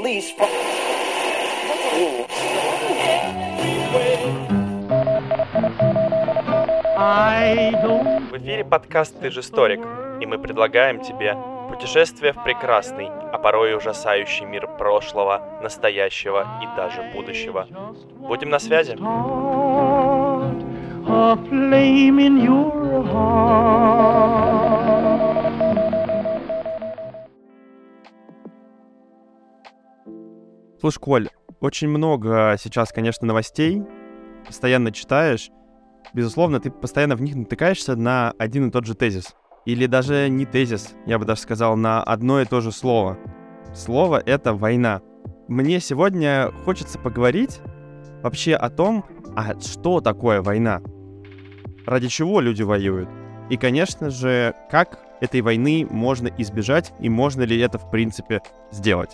police from... В эфире подкаст «Ты же историк», и мы предлагаем тебе путешествие в прекрасный, а порой и ужасающий мир прошлого, настоящего и даже будущего. Будем на связи. Слушай, Коль, очень много сейчас, конечно, новостей, постоянно читаешь. Безусловно, ты постоянно в них натыкаешься на один и тот же тезис. Или даже не тезис, я бы даже сказал, на одно и то же слово. Слово — это война. Мне сегодня хочется поговорить вообще о том, а что такое война? Ради чего люди воюют? И, конечно же, как этой войны можно избежать и можно ли это, в принципе, сделать?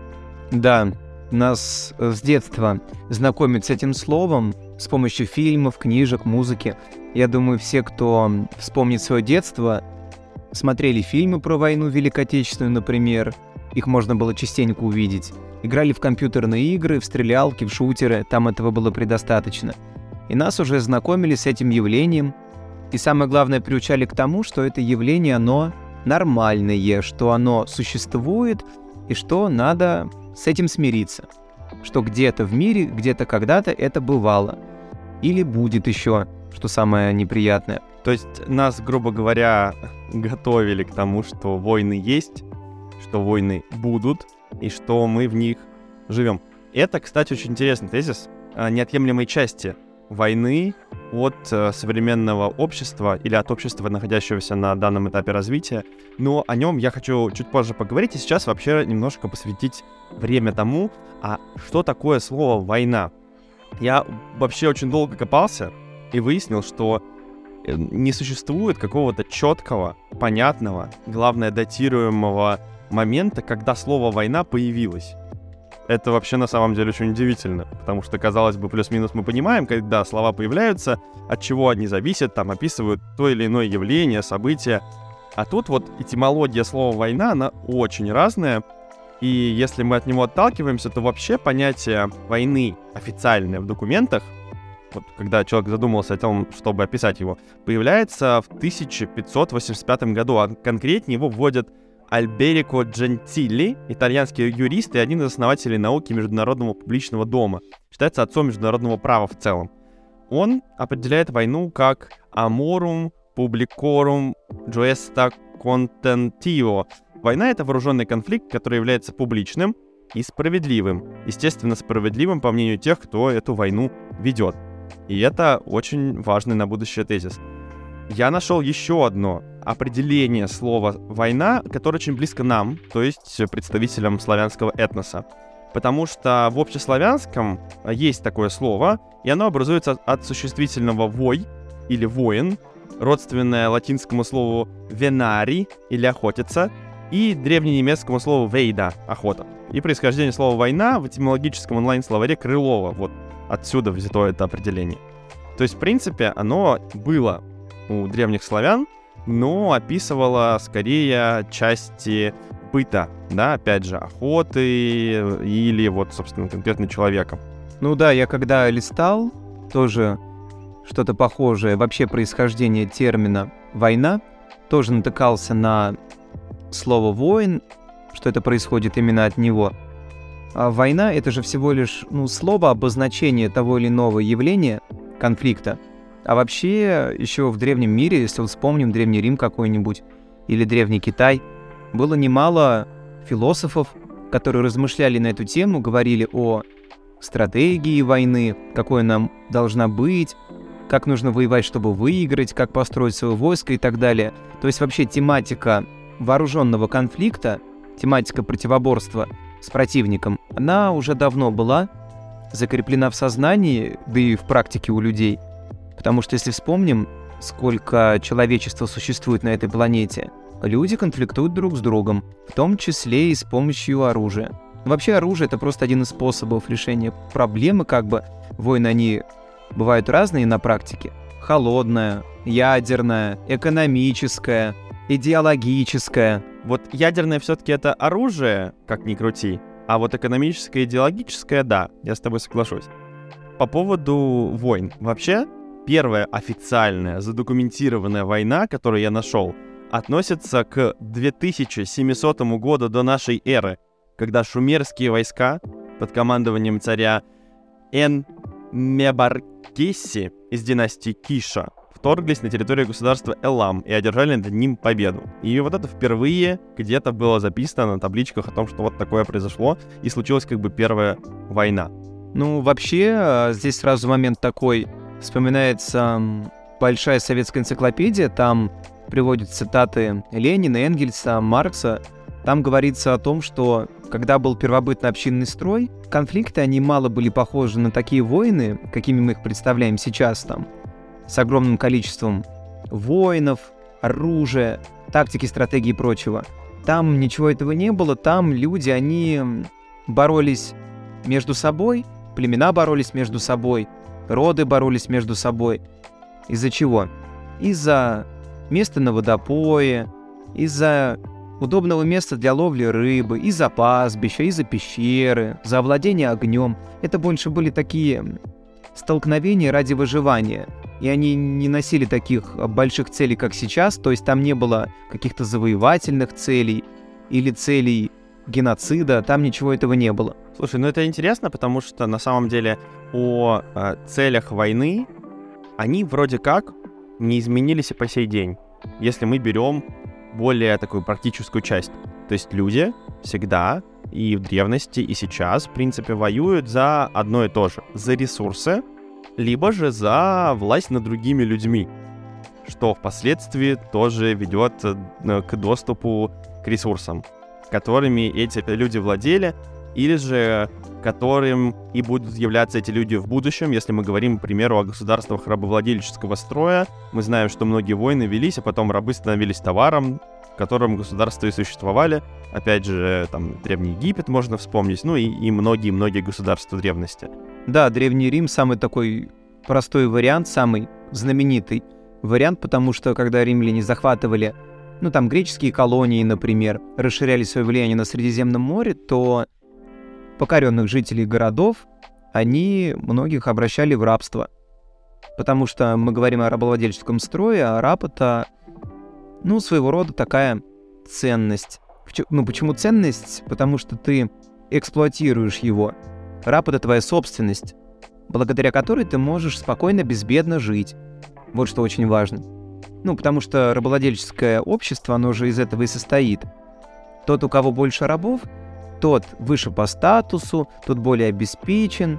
Да, нас с детства знакомят с этим словом с помощью фильмов, книжек, музыки. Я думаю, все, кто вспомнит свое детство, смотрели фильмы про войну Великой Отечественную, например. Их можно было частенько увидеть. Играли в компьютерные игры, в стрелялки, в шутеры. Там этого было предостаточно. И нас уже знакомили с этим явлением. И самое главное, приучали к тому, что это явление, оно нормальное, что оно существует и что надо с этим смириться. Что где-то в мире, где-то когда-то это бывало. Или будет еще, что самое неприятное. То есть нас, грубо говоря, готовили к тому, что войны есть, что войны будут, и что мы в них живем. Это, кстати, очень интересный тезис неотъемлемой части войны от современного общества или от общества, находящегося на данном этапе развития. Но о нем я хочу чуть позже поговорить, и сейчас вообще немножко посвятить время тому, а что такое слово «война». Я вообще очень долго копался и выяснил, что не существует какого-то четкого, понятного, главное, датируемого момента, когда слово «война» появилось. Это вообще на самом деле очень удивительно, потому что, казалось бы, плюс-минус мы понимаем, когда слова появляются, от чего они зависят, там описывают то или иное явление, событие. А тут вот этимология слова «война», она очень разная, и если мы от него отталкиваемся, то вообще понятие войны официальное в документах, вот когда человек задумался о том, чтобы описать его, появляется в 1585 году, а конкретнее его вводят Альберико Джентилли, итальянский юрист и один из основателей науки Международного публичного дома. Считается отцом международного права в целом. Он определяет войну как «amorum publicorum juesta contentio». Война — это вооруженный конфликт, который является публичным и справедливым. Естественно, справедливым по мнению тех, кто эту войну ведет. И это очень важный на будущее тезис. Я нашел еще одно определение слова «война», которое очень близко нам, то есть представителям славянского этноса. Потому что в общеславянском есть такое слово, и оно образуется от существительного «вой» или «воин», родственное латинскому слову «венари» или «охотиться», и древненемецкому слову «вейда» — «охота». И происхождение слова «война» в этимологическом онлайн-словаре Крылова. Вот отсюда взято это определение. То есть, в принципе, оно было у древних славян, но описывало скорее части быта, да, опять же, охоты или вот, собственно, конкретно человека. Ну да, я когда листал, тоже что-то похожее, вообще происхождение термина «война», тоже натыкался на слово «воин», что это происходит именно от него. А война — это же всего лишь, слово, обозначение того или иного явления, конфликта. А вообще, еще в древнем мире, если вспомним Древний Рим какой-нибудь или Древний Китай, было немало философов, которые размышляли на эту тему, говорили о стратегии войны, какой она должна быть, как нужно воевать, чтобы выиграть, как построить свое войско и так далее. То есть вообще тематика вооруженного конфликта, тематика противоборства с противником, она уже давно была закреплена в сознании, да и в практике у людей. Потому что если вспомним, сколько человечества существует на этой планете, люди конфликтуют друг с другом, в том числе и с помощью оружия. Вообще оружие — это просто один из способов решения проблемы, Войны, они бывают разные на практике. Холодная, ядерная, экономическая, идеологическая. Вот ядерное все-таки это оружие, как ни крути, А вот экономическая и идеологическая, да, я с тобой соглашусь. По поводу войн. Вообще, первая официальная задокументированная война, которую я нашел, относится к 2700 году до нашей эры, когда шумерские войска под командованием царя Эн-Мебаркесси из династии Киша вторглись на территорию государства Элам и одержали над ним победу. И вот это впервые где-то было записано на табличках о том, что вот такое произошло, и случилась как бы первая война. Ну, вообще, здесь сразу момент такой. Вспоминается большая советская энциклопедия, там приводят цитаты Ленина, Энгельса, Маркса. Там говорится о том, что когда был первобытно-общинный строй, конфликты, они мало были похожи на такие войны, какими мы их представляем сейчас там, с огромным количеством воинов, оружия, тактики, стратегии и прочего. Там ничего этого не было, там люди, они боролись между собой, племена боролись между собой, роды боролись между собой. Из-за чего? Из-за места на водопое, из-за удобного места для ловли рыбы, из-за пастбища, из-за пещеры, за овладение огнем. Это больше были такие столкновения ради выживания. И они не носили таких больших целей, как сейчас, то есть там не было каких-то завоевательных целей или целей геноцида, там ничего этого не было. Слушай, ну это интересно, потому что на самом деле о целях войны они вроде как не изменились и по сей день, если мы берем более такую практическую часть. То есть люди всегда и в древности, и сейчас, в принципе, воюют за одно и то же. За ресурсы, либо же за власть над другими людьми, что впоследствии тоже ведет к доступу к ресурсам, которыми эти люди владели, или же которым и будут являться эти люди в будущем. Если мы говорим, к примеру, о государствах рабовладельческого строя, мы знаем, что многие войны велись, а потом рабы становились товаром, в котором государства и существовали. Опять же, там, Древний Египет можно вспомнить, ну и многие-многие государства древности. Да, Древний Рим самый такой простой вариант, самый знаменитый вариант, потому что когда римляне захватывали, ну там греческие колонии, например, расширяли свое влияние на Средиземном море, то покоренных жителей городов они многих обращали в рабство. Потому что мы говорим о рабовладельческом строе, а раб — это, ну, своего рода такая ценность. Ну, почему ценность? Потому что ты эксплуатируешь его. Раб — это твоя собственность, благодаря которой ты можешь спокойно, безбедно жить. Вот что очень важно. Ну, потому что рабовладельческое общество, оно же из этого и состоит. Тот, у кого больше рабов, тот выше по статусу, тот более обеспечен,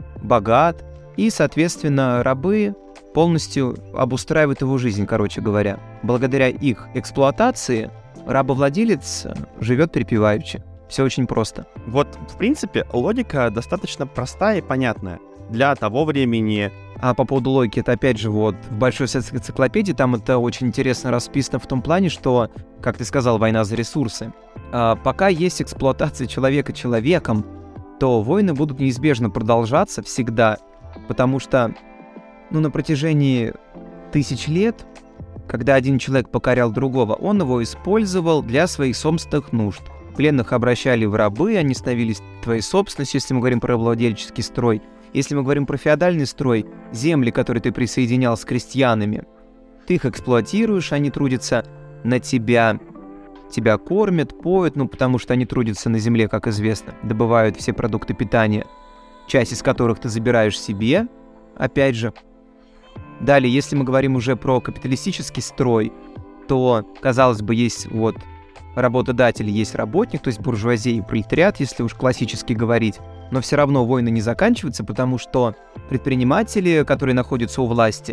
богат, и, соответственно, рабы полностью обустраивают его жизнь, короче говоря. Благодаря их эксплуатации рабовладелец живет припеваючи. Все очень просто. Вот, в принципе, логика достаточно простая и понятная для того времени. А по поводу логики, это опять же вот в большой советской энциклопедии, там это очень интересно расписано в том плане, что, как ты сказал, война за ресурсы. Пока есть эксплуатация человека человеком, то войны будут неизбежно продолжаться всегда, потому что, ну, на протяжении тысяч лет, когда один человек покорял другого, он его использовал для своих собственных нужд. Пленных обращали в рабы, они становились твоей собственностью, если мы говорим про рабовладельческий строй. Если мы говорим про феодальный строй, земли, которые ты присоединял с крестьянами, ты их эксплуатируешь, они трудятся на тебя, тебя кормят, поют, ну потому что они трудятся на земле, как известно, добывают все продукты питания, часть из которых ты забираешь себе, опять же. Далее, если мы говорим уже про капиталистический строй, то, казалось бы, есть вот работодатель, есть работник, то есть буржуазия и пролетариат, если уж классически говорить. Но все равно войны не заканчиваются, потому что предприниматели, которые находятся у власти,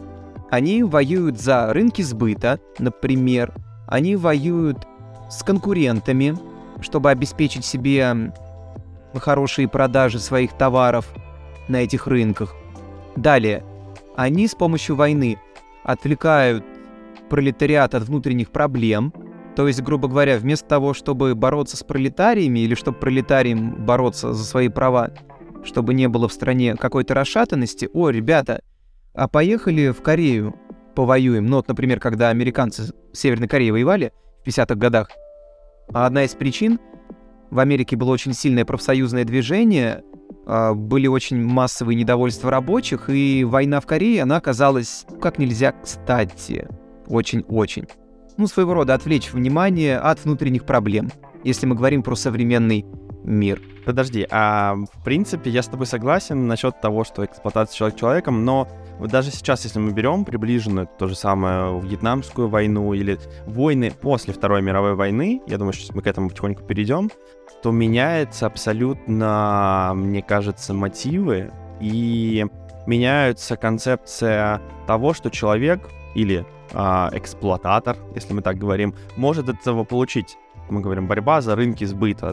они воюют за рынки сбыта, например. Они воюют с конкурентами, чтобы обеспечить себе хорошие продажи своих товаров на этих рынках. Далее, они с помощью войны отвлекают пролетариат от внутренних проблем. То есть, грубо говоря, вместо того, чтобы бороться с пролетариями или чтобы пролетариям бороться за свои права, чтобы не было в стране какой-то расшатанности, о, ребята, а поехали в Корею повоюем. Ну вот, например, когда американцы в Северной Корее воевали в 50-х годах, одна из причин в Америке было очень сильное профсоюзное движение, были очень массовые недовольства рабочих, и война в Корее, она оказалась как нельзя кстати. Очень-очень. Своего рода отвлечь внимание от внутренних проблем, если мы говорим про современный мир. Подожди, в принципе, я с тобой согласен насчет того, что эксплуатация человека человеком, но вот даже сейчас, если мы берем приближенную то же самое Вьетнамскую войну или войны после Второй мировой войны, я думаю, что мы к этому потихоньку перейдем, то меняются абсолютно, мне кажется, мотивы и меняется концепция того, что человек или эксплуататор, если мы так говорим, может от этого получить. Мы говорим, борьба за рынки сбыта.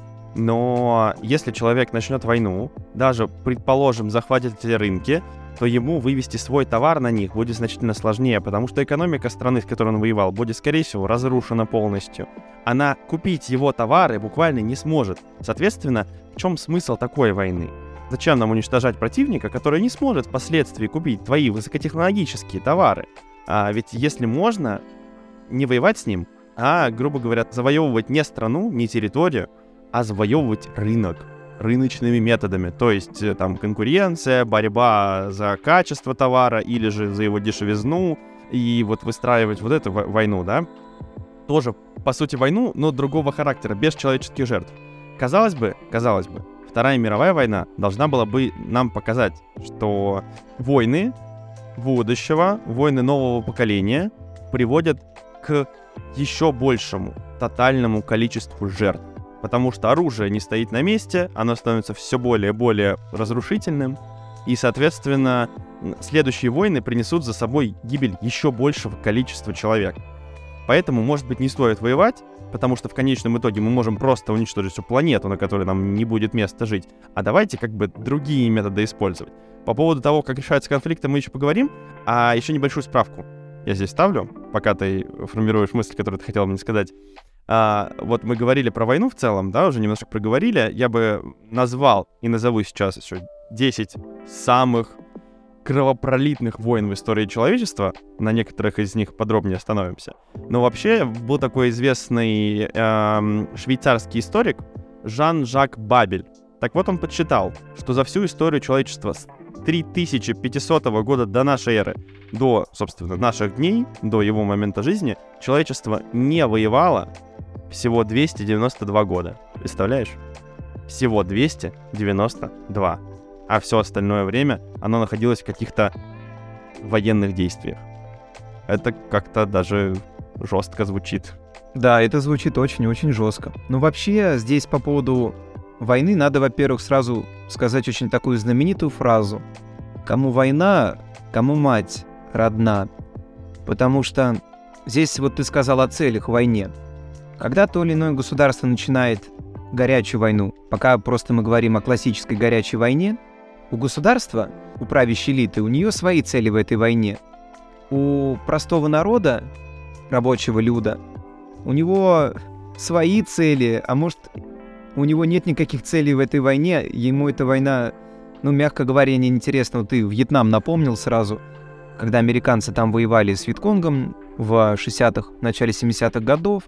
Но если человек начнет войну, даже, предположим, захватит эти рынки, то ему вывести свой товар на них будет значительно сложнее, потому что экономика страны, с которой он воевал, будет, скорее всего, разрушена полностью. Она купить его товары буквально не сможет. Соответственно, в чем смысл такой войны? Зачем нам уничтожать противника, который не сможет впоследствии купить твои высокотехнологические товары? Ведь если можно не воевать с ним, грубо говоря, завоевывать не страну, не территорию, а завоевывать рынок рыночными методами. То есть там конкуренция, борьба за качество товара или же за его дешевизну, и вот выстраивать вот эту войну, да? Тоже, по сути, войну, но другого характера, без человеческих жертв. Казалось бы, Вторая мировая война должна была бы нам показать, что войны будущего, войны нового поколения приводят к еще большему тотальному количеству жертв. Потому что оружие не стоит на месте, оно становится все более и более разрушительным, и, соответственно, следующие войны принесут за собой гибель еще большего количества человек. Поэтому, может быть, не стоит воевать, потому что в конечном итоге мы можем просто уничтожить всю планету, на которой нам не будет места жить. А давайте другие методы использовать. По поводу того, как решаются конфликты, мы еще поговорим, а еще небольшую справку я здесь ставлю, пока ты формируешь мысль, которую ты хотел мне сказать. Вот мы говорили про войну в целом, да, уже немножко проговорили. Я бы назвал и назову сейчас еще 10 самых кровопролитных войн в истории человечества. На некоторых из них подробнее остановимся. Но вообще был такой известный швейцарский историк Жан-Жак Бабель. Так вот, он подсчитал, что за всю историю человечества с 3500 года до нашей эры, до, собственно, наших дней, до его момента жизни, человечество не воевало всего 292 года. Представляешь? Всего 292. А все остальное время оно находилось в каких-то военных действиях. Это как-то даже жестко звучит. Да, это звучит очень-очень жестко. Но вообще здесь по поводу войны надо, во-первых, сразу сказать очень такую знаменитую фразу. Кому война, кому мать родна. Потому что здесь вот ты сказал о целях в войне. Когда то или иное государство начинает горячую войну, пока просто мы говорим о классической горячей войне, у государства, у правящей элиты, у нее свои цели в этой войне. У простого народа, рабочего люда, у него свои цели, а может, у него нет никаких целей в этой войне, ему эта война, мягко говоря, неинтересна. Вот ты Вьетнам напомнил сразу, когда американцы там воевали с Вьетконгом в 60-х, начале 70-х годов.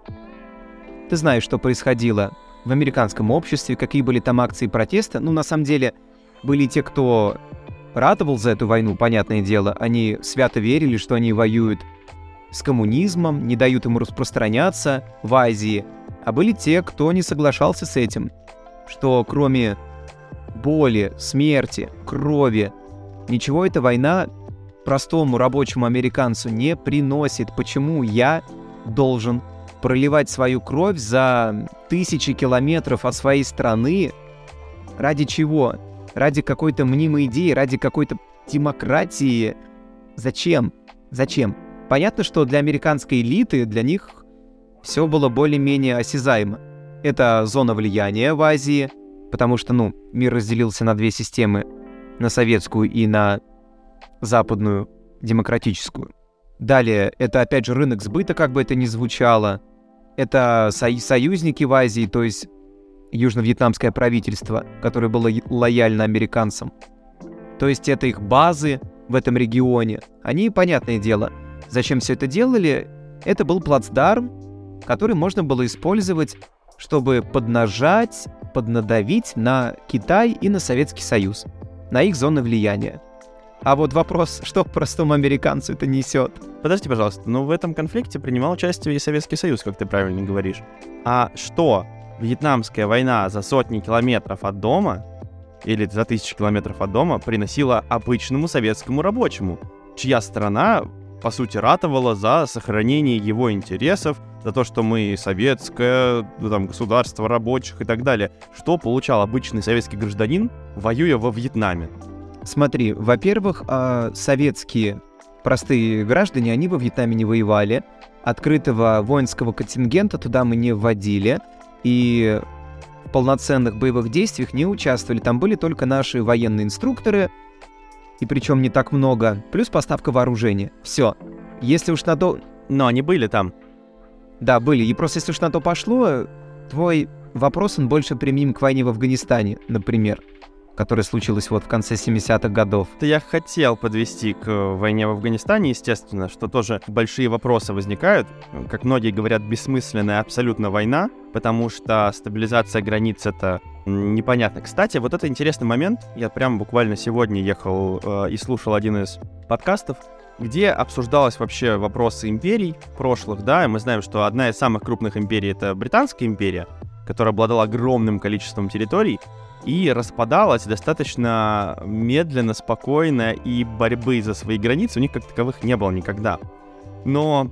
Ты знаешь, что происходило в американском обществе, какие были там акции протеста. На самом деле, были те, кто ратовал за эту войну, понятное дело. Они свято верили, что они воюют с коммунизмом, не дают ему распространяться в Азии. А были те, кто не соглашался с этим, что кроме боли, смерти, крови, ничего эта война простому рабочему американцу не приносит. Почему я должен проливать свою кровь за тысячи километров от своей страны? Ради чего? Ради какой-то мнимой идеи, ради какой-то демократии? Зачем? Понятно, что для американской элиты, для них все было более-менее осязаемо. Это зона влияния в Азии, потому что, мир разделился на две системы, на советскую и на западную, демократическую. Далее, это опять же рынок сбыта, как бы это ни звучало. Это союзники в Азии, то есть южно-вьетнамское правительство, которое было лояльно американцам. То есть это их базы в этом регионе. Они, понятное дело, зачем все это делали, это был плацдарм, который можно было использовать чтобы поднадавить на Китай и на Советский Союз, на их зоны влияния. А вот вопрос, что простому американцу это несет? Подожди, пожалуйста, но в этом конфликте принимал участие и Советский Союз, как ты правильно говоришь. А что, Вьетнамская война за сотни километров от дома или за тысячи километров от дома приносила обычному советскому рабочему, чья страна, по сути, ратовала за сохранение его интересов, за то, что мы советское там, государство рабочих и так далее. Что получал обычный советский гражданин, воюя во Вьетнаме? Смотри, во-первых, советские простые граждане, они во Вьетнаме не воевали, открытого воинского контингента туда мы не вводили, и в полноценных боевых действиях не участвовали. Там были только наши военные инструкторы, и причем не так много, плюс поставка вооружения. Все. Если уж на то... Но они были там. Да, были. И просто если уж на то пошло, твой вопрос, он больше применим к войне в Афганистане, например, которая случилась вот в конце 70-х годов. Это я хотел подвести к войне в Афганистане, естественно, что тоже большие вопросы возникают. Как многие говорят, бессмысленная абсолютно война, потому что стабилизация границ — это непонятно. Кстати, вот это интересный момент. Я прям буквально сегодня ехал и слушал один из подкастов, где обсуждалось вообще вопросы империй прошлых, да, и мы знаем, что одна из самых крупных империй — это Британская империя, которая обладала огромным количеством территорий, и распадалась достаточно медленно, спокойно, и борьбы за свои границы у них как таковых не было никогда. Но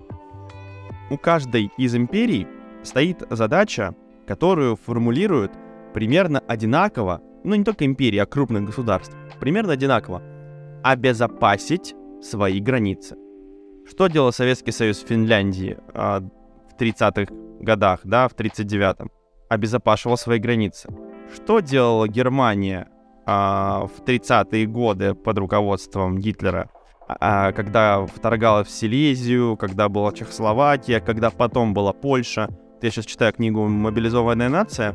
у каждой из империй стоит задача, которую формулируют примерно одинаково, ну не только империи, а крупных государств, примерно одинаково: обезопасить свои границы. Что делал Советский Союз в Финляндии в 30-х годах, да, в 39-м? Обезопашивал свои границы. Что делала Германия в 30-е годы под руководством Гитлера, когда вторгала в Силезию, когда была Чехословакия, когда потом была Польша? Я сейчас читаю книгу «Мобилизованная нация»,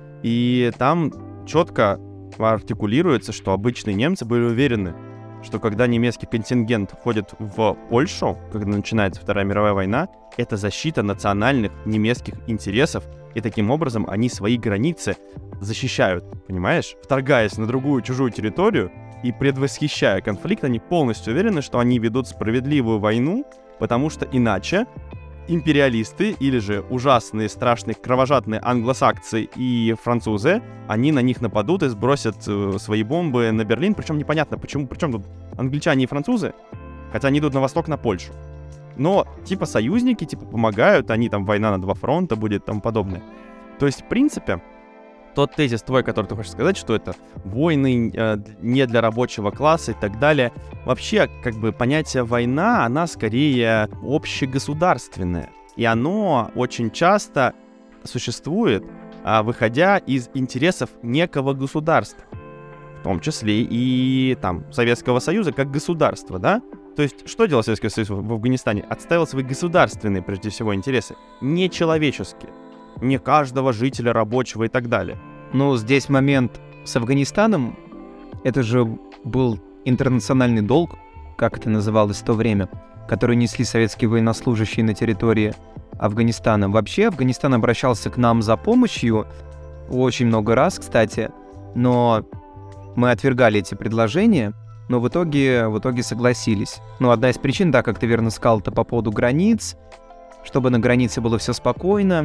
и там четко артикулируется, что обычные немцы были уверены, что когда немецкий контингент входит в Польшу, когда начинается Вторая мировая война, это защита национальных немецких интересов, и таким образом они свои границы защищают, понимаешь? Вторгаясь на другую чужую территорию и предвосхищая конфликт, они полностью уверены, что они ведут справедливую войну, потому что иначе империалисты или же ужасные, страшные, кровожадные англосаксы и французы, они на них нападут и сбросят свои бомбы на Берлин. Причем непонятно, почему. Причем тут англичане и французы, хотя они идут на восток, на Польшу. Но типа союзники, типа помогают, они там война на два фронта будет и тому подобное. То есть, в принципе, тот тезис твой, который ты хочешь сказать, что это войны не для рабочего класса и так далее. Вообще, как бы понятие война, она скорее общегосударственная. И оно очень часто существует, выходя из интересов некого государства. В том числе и там Советского Союза как государства, да? То есть, что делал Советский Союз в Афганистане? Отстаивал свои государственные, прежде всего, интересы, не человеческие. Не каждого жителя, рабочего и так далее. Ну, здесь момент с Афганистаном, это же был интернациональный долг, как это называлось в то время, который несли советские военнослужащие на территории Афганистана. Вообще, Афганистан обращался к нам за помощью очень много раз, кстати, но мы отвергали эти предложения, но в итоге согласились. Ну, одна из причин, да, как ты верно сказал, это по поводу границ, чтобы на границе было все спокойно,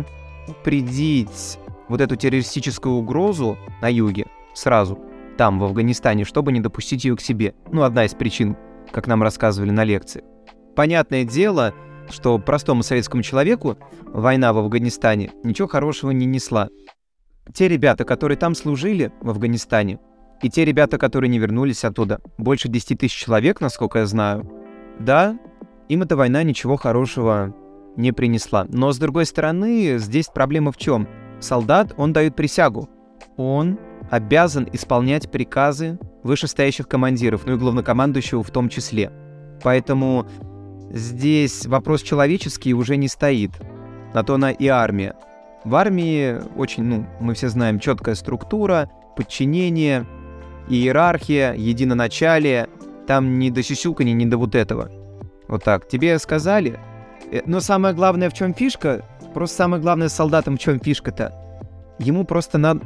упредить вот эту террористическую угрозу на юге сразу, там, в Афганистане, чтобы не допустить ее к себе. Ну, одна из причин, как нам рассказывали на лекции. Понятное дело, что простому советскому человеку война в Афганистане ничего хорошего не несла. Те ребята, которые там служили в Афганистане, и те ребята, которые не вернулись оттуда, больше 10 тысяч человек, насколько я знаю, да, им эта война ничего хорошего не принесла. Но, с другой стороны, здесь проблема в чем? Солдат, он дает присягу. Он обязан исполнять приказы вышестоящих командиров, ну и главнокомандующего в том числе. Поэтому здесь вопрос человеческий уже не стоит. На то она и армия. В армии очень, мы все знаем, четкая структура, подчинение, иерархия, единоначалие. Там ни до сюсюканья, ни до вот этого. Вот так. Тебе сказали. Но самое главное, в чем фишка? Просто самое главное с солдатом, в чем фишка-то? ему просто надо...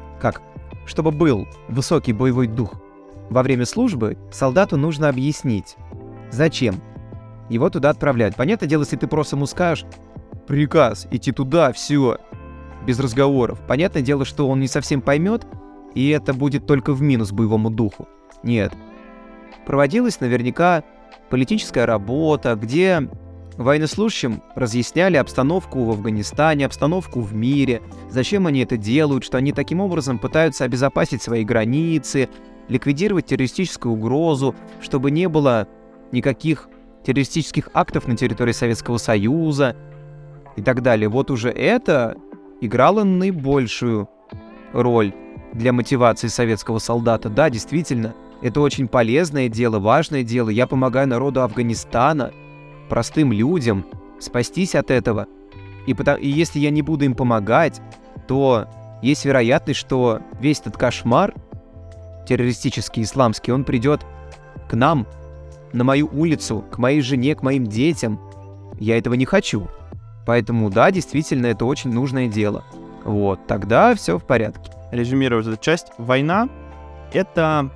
Чтобы был высокий боевой дух во время службы, солдату нужно объяснить, зачем его туда отправлять. Понятное дело, если ты просто ему скажешь приказ идти туда, все, без разговоров. Понятное дело, что он не совсем поймет, и это будет только в минус боевому духу. Нет. Проводилась наверняка политическая работа, где военнослужащим разъясняли обстановку в Афганистане, обстановку в мире, зачем они это делают, что они таким образом пытаются обезопасить свои границы, ликвидировать террористическую угрозу, чтобы не было никаких террористических актов на территории Советского Союза и так далее. Вот уже это играло наибольшую роль для мотивации советского солдата. Да, действительно, это очень полезное дело, важное дело. Я помогаю народу Афганистана, простым людям, спастись от этого. И если я не буду им помогать, то есть вероятность, что весь этот кошмар террористический, исламский, он придет к нам, на мою улицу, к моей жене, к моим детям. Я этого не хочу. Поэтому, да, действительно, это очень нужное дело. Вот, тогда все в порядке. Резюмируя эту часть, война — это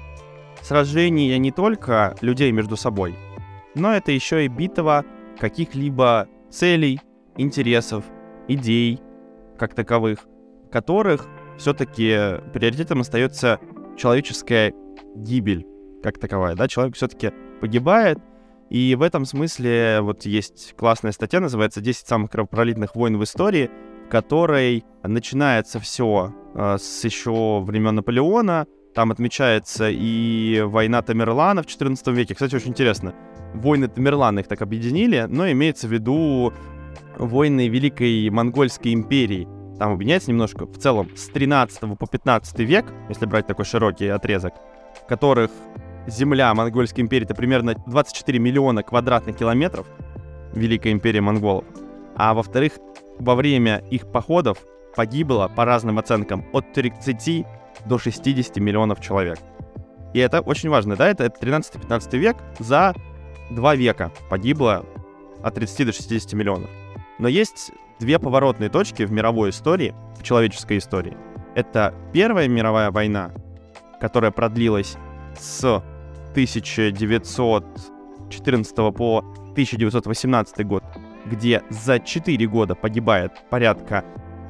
сражение не только людей между собой, но это еще и битва каких-либо целей, интересов, идей как таковых, в которых все-таки приоритетом остается человеческая гибель как таковая, да, человек все-таки погибает, и в этом смысле вот есть классная статья, называется «10 самых кровопролитных войн в истории», в которой начинается все с еще времен Наполеона, там отмечается и война Тамерлана в XIV веке. Кстати, очень интересно, войны Тамерлана их так объединили, но имеется в виду войны Великой Монгольской империи. Там объединяется немножко в целом с 13 по 15 век, если брать такой широкий отрезок, в которых земля Монгольской империи — это примерно 24 миллиона квадратных километров, Великая империя монголов. А во-вторых, во время их походов погибло, по разным оценкам, от 30 до 60 миллионов человек. И это очень важно, да, это 13-15 век, за 2 века погибло от 30 до 60 миллионов. Но есть две поворотные точки в мировой истории, в человеческой истории. Это Первая мировая война, которая продлилась с 1914 по 1918 год, где за 4 года погибает порядка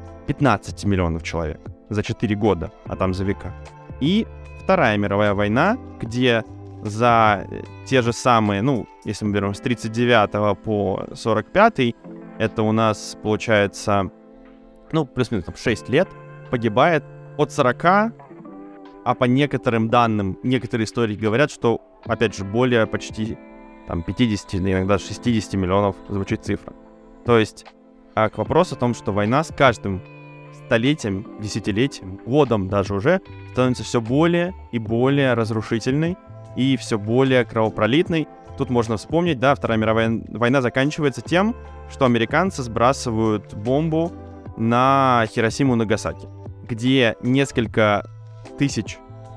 15 миллионов человек. За 4 года, а там за века. И Вторая мировая война, где за те же самые, если мы берем с 39 по 45, это у нас получается, плюс-минус 6 лет, погибает от 40, а по некоторым данным, некоторые историки говорят, что, опять же, более почти 50, иногда 60 миллионов звучит цифра. То есть, к вопросу о том, что война с каждым столетием, десятилетием, годом даже уже становится все более и более разрушительной и все более кровопролитной. Тут можно вспомнить, да, Вторая мировая война заканчивается тем, что американцы сбрасывают бомбу на Хиросиму и Нагасаки, где несколько тысяч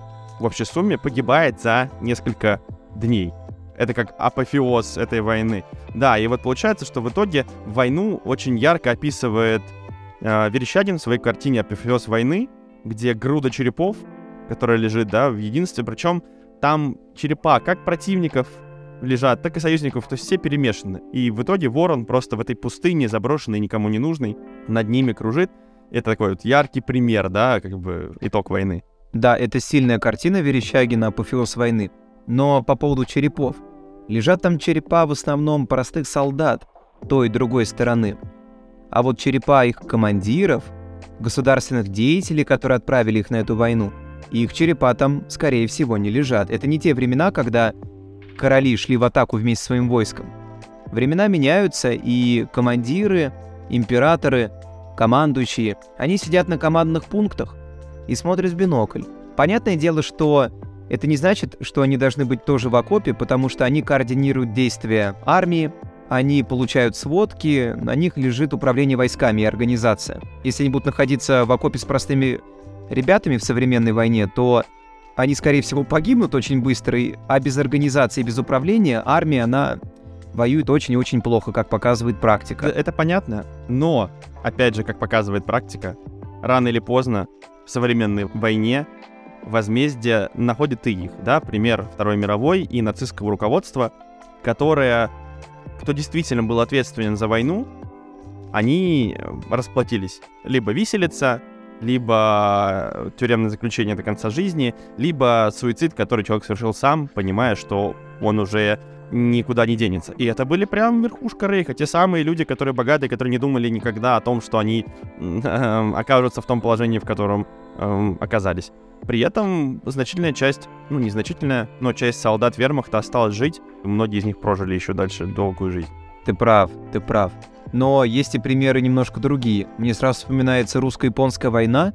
в общей сумме погибает за несколько дней. Это как апофеоз этой войны. Да, и вот получается, что в итоге войну очень ярко описывает Верещагин в своей картине «Апофеоз войны», где груда черепов, которая лежит, да, в единстве, причем там черепа как противников лежат, так и союзников, то есть все перемешаны. И в итоге ворон просто в этой пустыне, заброшенной, никому не нужной, над ними кружит. Это такой вот яркий пример, да, как бы итог войны. Да, это сильная картина Верещагина «Апофеоз войны». Но по поводу черепов. Лежат там черепа в основном простых солдат той и другой стороны. А вот черепа их командиров, государственных деятелей, которые отправили их на эту войну, их черепа там, скорее всего, не лежат. Это не те времена, когда короли шли в атаку вместе со своим войском. Времена меняются, и командиры, императоры, командующие, они сидят на командных пунктах и смотрят в бинокль. Понятное дело, что это не значит, что они должны быть тоже в окопе, потому что они координируют действия армии, они получают сводки, на них лежит управление войсками и организация. Если они будут находиться в окопе с простыми ребятами в современной войне, то они, скорее всего, погибнут очень быстро, а без организации, без управления армия, она воюет очень и очень плохо, как показывает практика. Это понятно, но, опять же, как показывает практика, рано или поздно в современной войне возмездие находит и их, да, пример Второй мировой и нацистского руководства, кто действительно был ответственен за войну, они расплатились. Либо виселица, либо тюремное заключение до конца жизни, либо суицид, который человек совершил сам, понимая, что он уже никуда не денется. И это были прям верхушка рейха, те самые люди, которые богатые, которые не думали никогда о том, что они окажутся в том положении, в котором оказались. При этом значительная часть, незначительная, но часть солдат вермахта осталась жить, и многие из них прожили еще дальше долгую жизнь. Ты прав. Но есть и примеры немножко другие. Мне сразу вспоминается русско-японская война,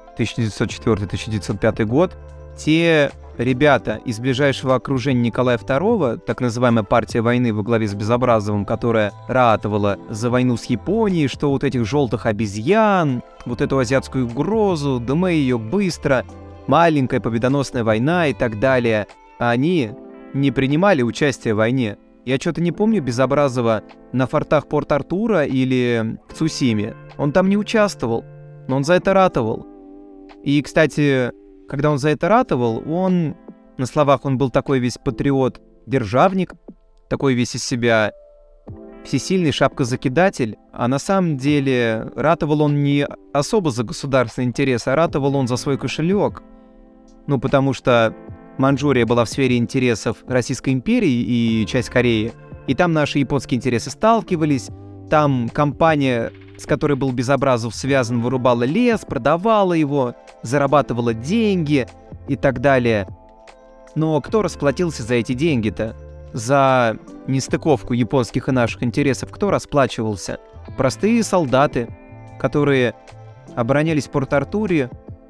1904-1905 год. Те ребята из ближайшего окружения Николая II, так называемая партия войны во главе с Безобразовым, которая ратовала за войну с Японией, что вот этих желтых обезьян, вот эту азиатскую угрозу, да мы ее быстро, маленькая победоносная война и так далее, они не принимали участие в войне. Я что-то не помню Безобразова на фортах Порт-Артура или в Цусиме. Он там не участвовал, но он за это ратовал. И, кстати, когда он за это ратовал, он, на словах, он был такой весь патриот-державник, такой весь из себя всесильный шапкозакидатель, а на самом деле ратовал он не особо за государственный интерес, а ратовал он за свой кошелек. Потому что Манчжурия была в сфере интересов Российской империи и часть Кореи, и там наши японские интересы сталкивались, там компания, с которой был Безобразов связан, вырубала лес, продавала его, зарабатывала деньги и так далее. Но кто расплатился за эти деньги-то? За нестыковку японских и наших интересов кто расплачивался? Простые солдаты, которые оборонялись в Порт-Артуре,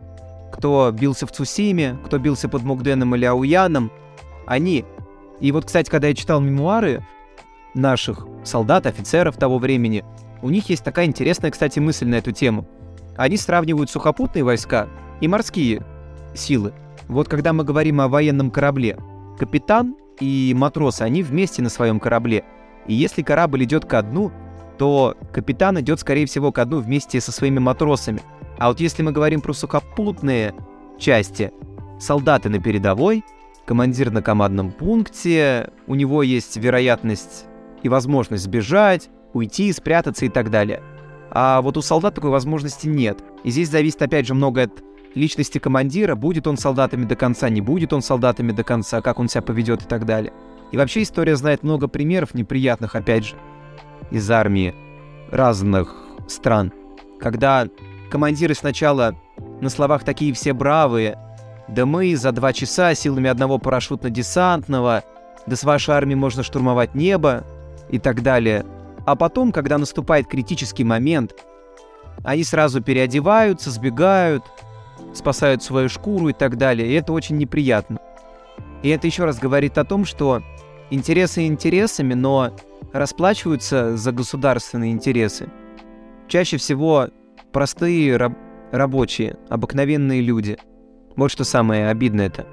кто бился в Цусиме, кто бился под Мукденом или Ауяном, они. И вот, кстати, когда я читал мемуары наших солдат, офицеров того времени, у них есть такая интересная, кстати, мысль на эту тему. Они сравнивают сухопутные войска и морские силы. Вот когда мы говорим о военном корабле, капитан и матросы, они вместе на своем корабле. И если корабль идет ко дну, то капитан идет, скорее всего, ко дну вместе со своими матросами. А вот если мы говорим про сухопутные части, солдаты на передовой, командир на командном пункте, у него есть вероятность и возможность сбежать, уйти, спрятаться и так далее. А вот у солдат такой возможности нет. И здесь зависит, опять же, много от личности командира, будет он солдатами до конца, не будет он солдатами до конца, как он себя поведет и так далее. И вообще история знает много примеров неприятных, опять же, из армии разных стран, когда командиры сначала на словах такие все бравые, да мы за 2 часа силами одного парашютно-десантного, да с вашей армией можно штурмовать небо и так далее. А потом, когда наступает критический момент, они сразу переодеваются, сбегают, спасают свою шкуру и так далее. И это очень неприятно. И это еще раз говорит о том, что интересы интересами, но расплачиваются за государственные интересы чаще всего простые рабочие, обыкновенные люди. Вот что самое обидное-то.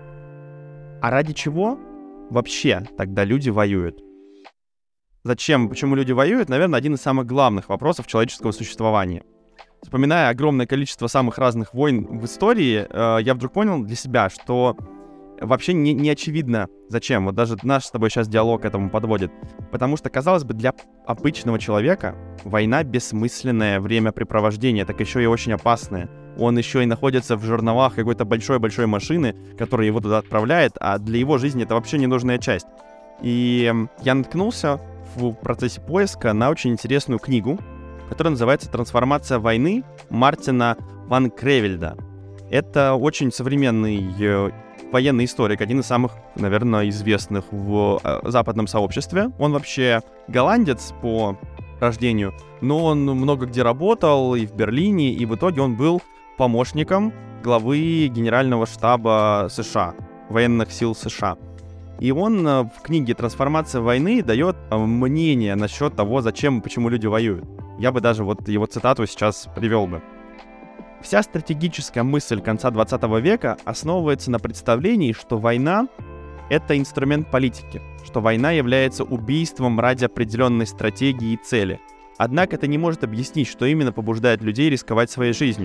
А ради чего вообще тогда люди воюют? Зачем, почему люди воюют, наверное, один из самых главных вопросов человеческого существования. Вспоминая огромное количество самых разных войн в истории, я вдруг понял для себя, что вообще не очевидно, зачем. Вот даже наш с тобой сейчас диалог к этому подводит. Потому что, казалось бы, для обычного человека война — бессмысленное времяпрепровождение, так еще и очень опасное. Он еще и находится в жерновах какой-то большой-большой машины, которая его туда отправляет, а для его жизни это вообще ненужная часть. И я наткнулся в процессе поиска на очень интересную книгу, которая называется «Трансформация войны» Мартина ван Кревельда. Это очень современный военный историк, один из самых, наверное, известных в западном сообществе. Он вообще голландец по рождению, но он много где работал, и в Берлине, и в итоге он был помощником главы Генерального штаба США, военных сил США. И он в книге «Трансформация войны» дает мнение насчет того, зачем и почему люди воюют. Я бы даже вот его цитату сейчас привел бы. Вся стратегическая мысль конца 20 века основывается на представлении, что война — это инструмент политики, что война является убийством ради определенной стратегии и цели. Однако это не может объяснить, что именно побуждает людей рисковать своей жизнью.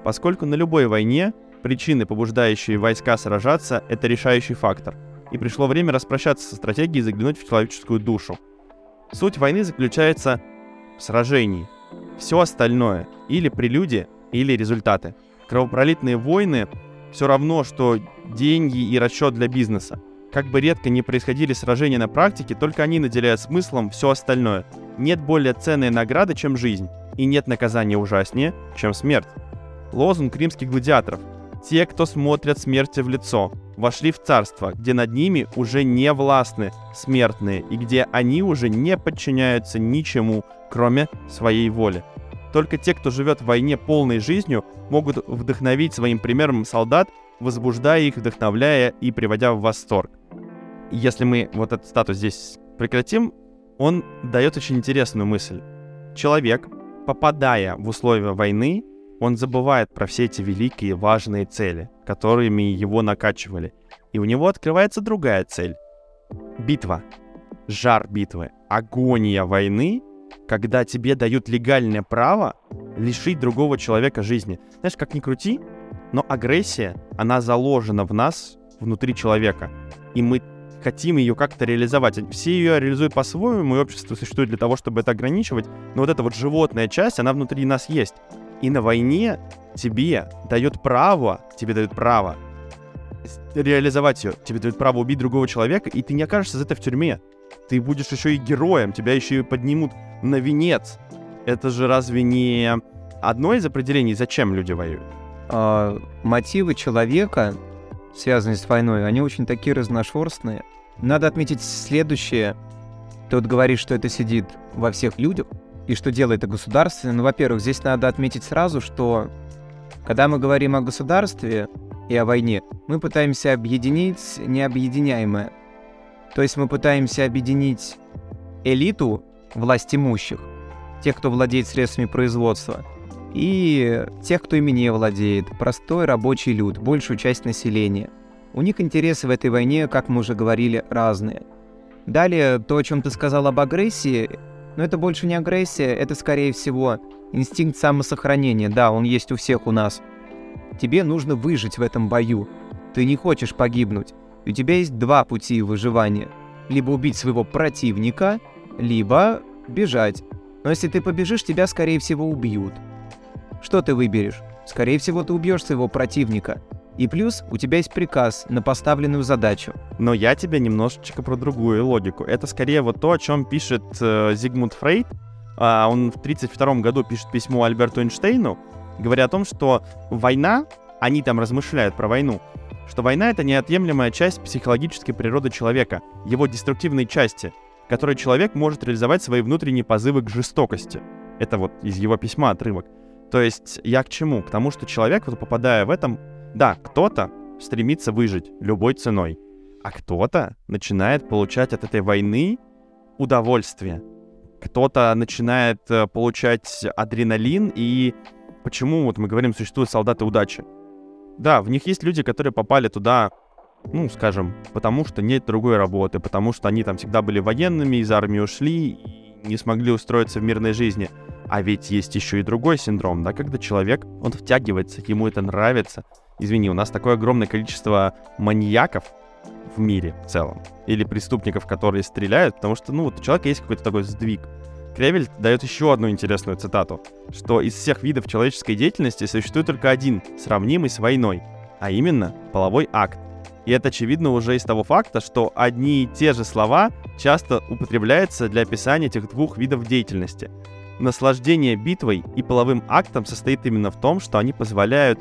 поскольку на любой войне причины, побуждающие войска сражаться, это решающий фактор. И пришло время распрощаться со стратегией и заглянуть в человеческую душу. Суть войны заключается в сражении. Все остальное — или прелюдия, или результаты. Кровопролитные войны — все равно, что деньги и расчет для бизнеса. Как бы редко ни происходили сражения на практике, только они наделяют смыслом все остальное. Нет более ценной награды, чем жизнь, и нет наказания ужаснее, чем смерть. Лозунг римских гладиаторов: «Те, кто смотрят смерти в лицо, вошли в царство, где над ними уже не властны смертные, и где они уже не подчиняются ничему, кроме своей воли». Только те, кто живет в войне полной жизнью, могут вдохновить своим примером солдат, возбуждая их, вдохновляя и приводя в восторг. Если мы вот этот статус здесь прекратим, он дает очень интересную мысль. Человек, попадая в условия войны, он забывает про все эти великие важные цели, которыми его накачивали. И у него открывается другая цель. Битва. Жар битвы. Агония войны, когда тебе дают легальное право лишить другого человека жизни. Знаешь, как ни крути, но агрессия, она заложена в нас, внутри человека. И мы хотим ее как-то реализовать. Все ее реализуют по-своему, и общество существует для того, чтобы это ограничивать. Но вот эта вот животная часть, она внутри нас есть. И на войне тебе дают право реализовать ее. Тебе дают право убить другого человека, и ты не окажешься за это в тюрьме. Ты будешь еще и героем, тебя еще и поднимут на венец. Это же разве не одно из определений, зачем люди воюют? Мотивы человека, связанные с войной, они очень такие разношерстные. Надо отметить следующее. Ты вот говоришь, что это сидит во всех людях, и что дело это государственное. Ну, во-первых, здесь надо отметить сразу, что когда мы говорим о государстве и о войне, мы пытаемся объединить необъединяемое. То есть мы пытаемся объединить элиту власть имущих, тех, кто владеет средствами производства, и тех, кто ими не владеет, простой рабочий люд, большую часть населения. У них интересы в этой войне, как мы уже говорили, разные. Далее, то, о чем ты сказал об агрессии, но это больше не агрессия, это, скорее всего, инстинкт самосохранения. Да, он есть у всех у нас. Тебе нужно выжить в этом бою. Ты не хочешь погибнуть. У тебя есть два пути выживания. Либо убить своего противника, либо бежать. Но если ты побежишь, тебя, скорее всего, убьют. Что ты выберешь? Скорее всего, ты убьешь своего противника. И плюс у тебя есть приказ на поставленную задачу. Но я тебе немножечко про другую логику. Это скорее вот то, о чем пишет Зигмунд Фрейд. Он в 1932 году пишет письмо Альберту Эйнштейну, говоря о том, что война, они там размышляют про войну, что война — это неотъемлемая часть психологической природы человека, его деструктивной части, которой человек может реализовать свои внутренние позывы к жестокости. Это вот из его письма отрывок. То есть я к чему? К тому, что человек, вот попадая в этом, да, кто-то стремится выжить любой ценой, а кто-то начинает получать от этой войны удовольствие. Кто-то начинает получать адреналин, и почему, вот мы говорим, существуют солдаты удачи? Да, в них есть люди, которые попали туда, ну, скажем, потому что нет другой работы, потому что они там всегда были военными, из армии ушли и не смогли устроиться в мирной жизни. А ведь есть еще и другой синдром, да, когда человек, он втягивается, ему это нравится. Извини, у нас такое огромное количество маньяков в мире в целом, или преступников, которые стреляют, потому что, ну, вот у человека есть какой-то такой сдвиг. Кревельт дает еще одну интересную цитату, что из всех видов человеческой деятельности существует только один, сравнимый с войной, а именно половой акт. И это очевидно уже из того факта, что одни и те же слова часто употребляются для описания этих двух видов деятельности. Наслаждение битвой и половым актом состоит именно в том, что они позволяют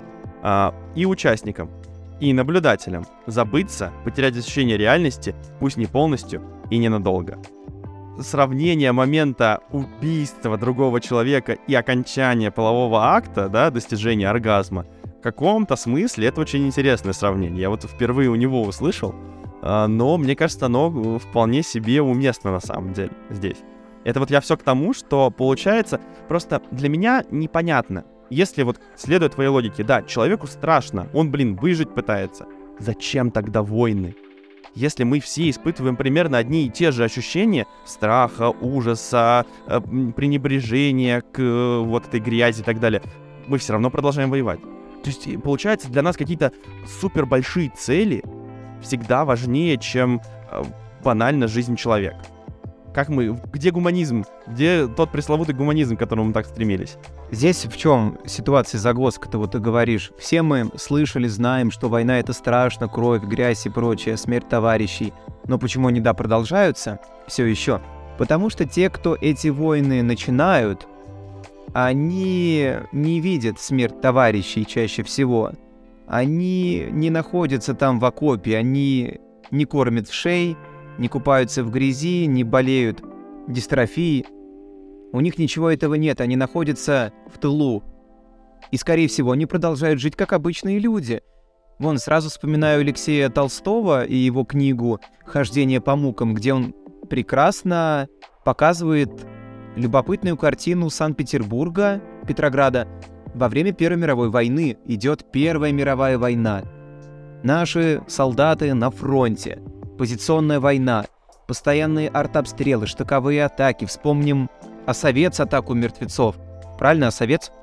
и участникам, и наблюдателям забыться, потерять ощущение реальности, пусть не полностью и ненадолго. Сравнение момента убийства другого человека и окончания полового акта, да, достижения оргазма, в каком-то смысле это очень интересное сравнение. Я вот впервые у него услышал, но мне кажется, оно вполне себе уместно на самом деле здесь. Это вот я все к тому, что получается, просто для меня непонятно. Если вот, следуя твоей логике, да, человеку страшно, он, выжить пытается. Зачем тогда войны? Если мы все испытываем примерно одни и те же ощущения страха, ужаса, пренебрежения к вот этой грязи и так далее, мы все равно продолжаем воевать. То есть, получается, для нас какие-то супер большие цели всегда важнее, чем банально жизнь человека. Где гуманизм? Где тот пресловутый гуманизм, к которому мы так стремились? Здесь в чем ситуация загвоздка-то, вот ты говоришь. Все мы слышали, знаем, что война — это страшно, кровь, грязь и прочее, смерть товарищей. Но почему они, продолжаются все еще? Потому что те, кто эти войны начинают, они не видят смерть товарищей чаще всего. Они не находятся там в окопе, они не кормят вшей, не купаются в грязи, не болеют дистрофией. У них ничего этого нет, они находятся в тылу. И, скорее всего, они продолжают жить как обычные люди. Вон, сразу вспоминаю Алексея Толстого и его книгу «Хождение по мукам», где он прекрасно показывает любопытную картину Санкт-Петербурга, Петрограда. Во время Первой мировой войны идет Первая мировая война. Наши солдаты на фронте. Позиционная война. Постоянные артобстрелы, штыковые атаки. Вспомним Осовец, атаку мертвецов. Правильно, Осовец?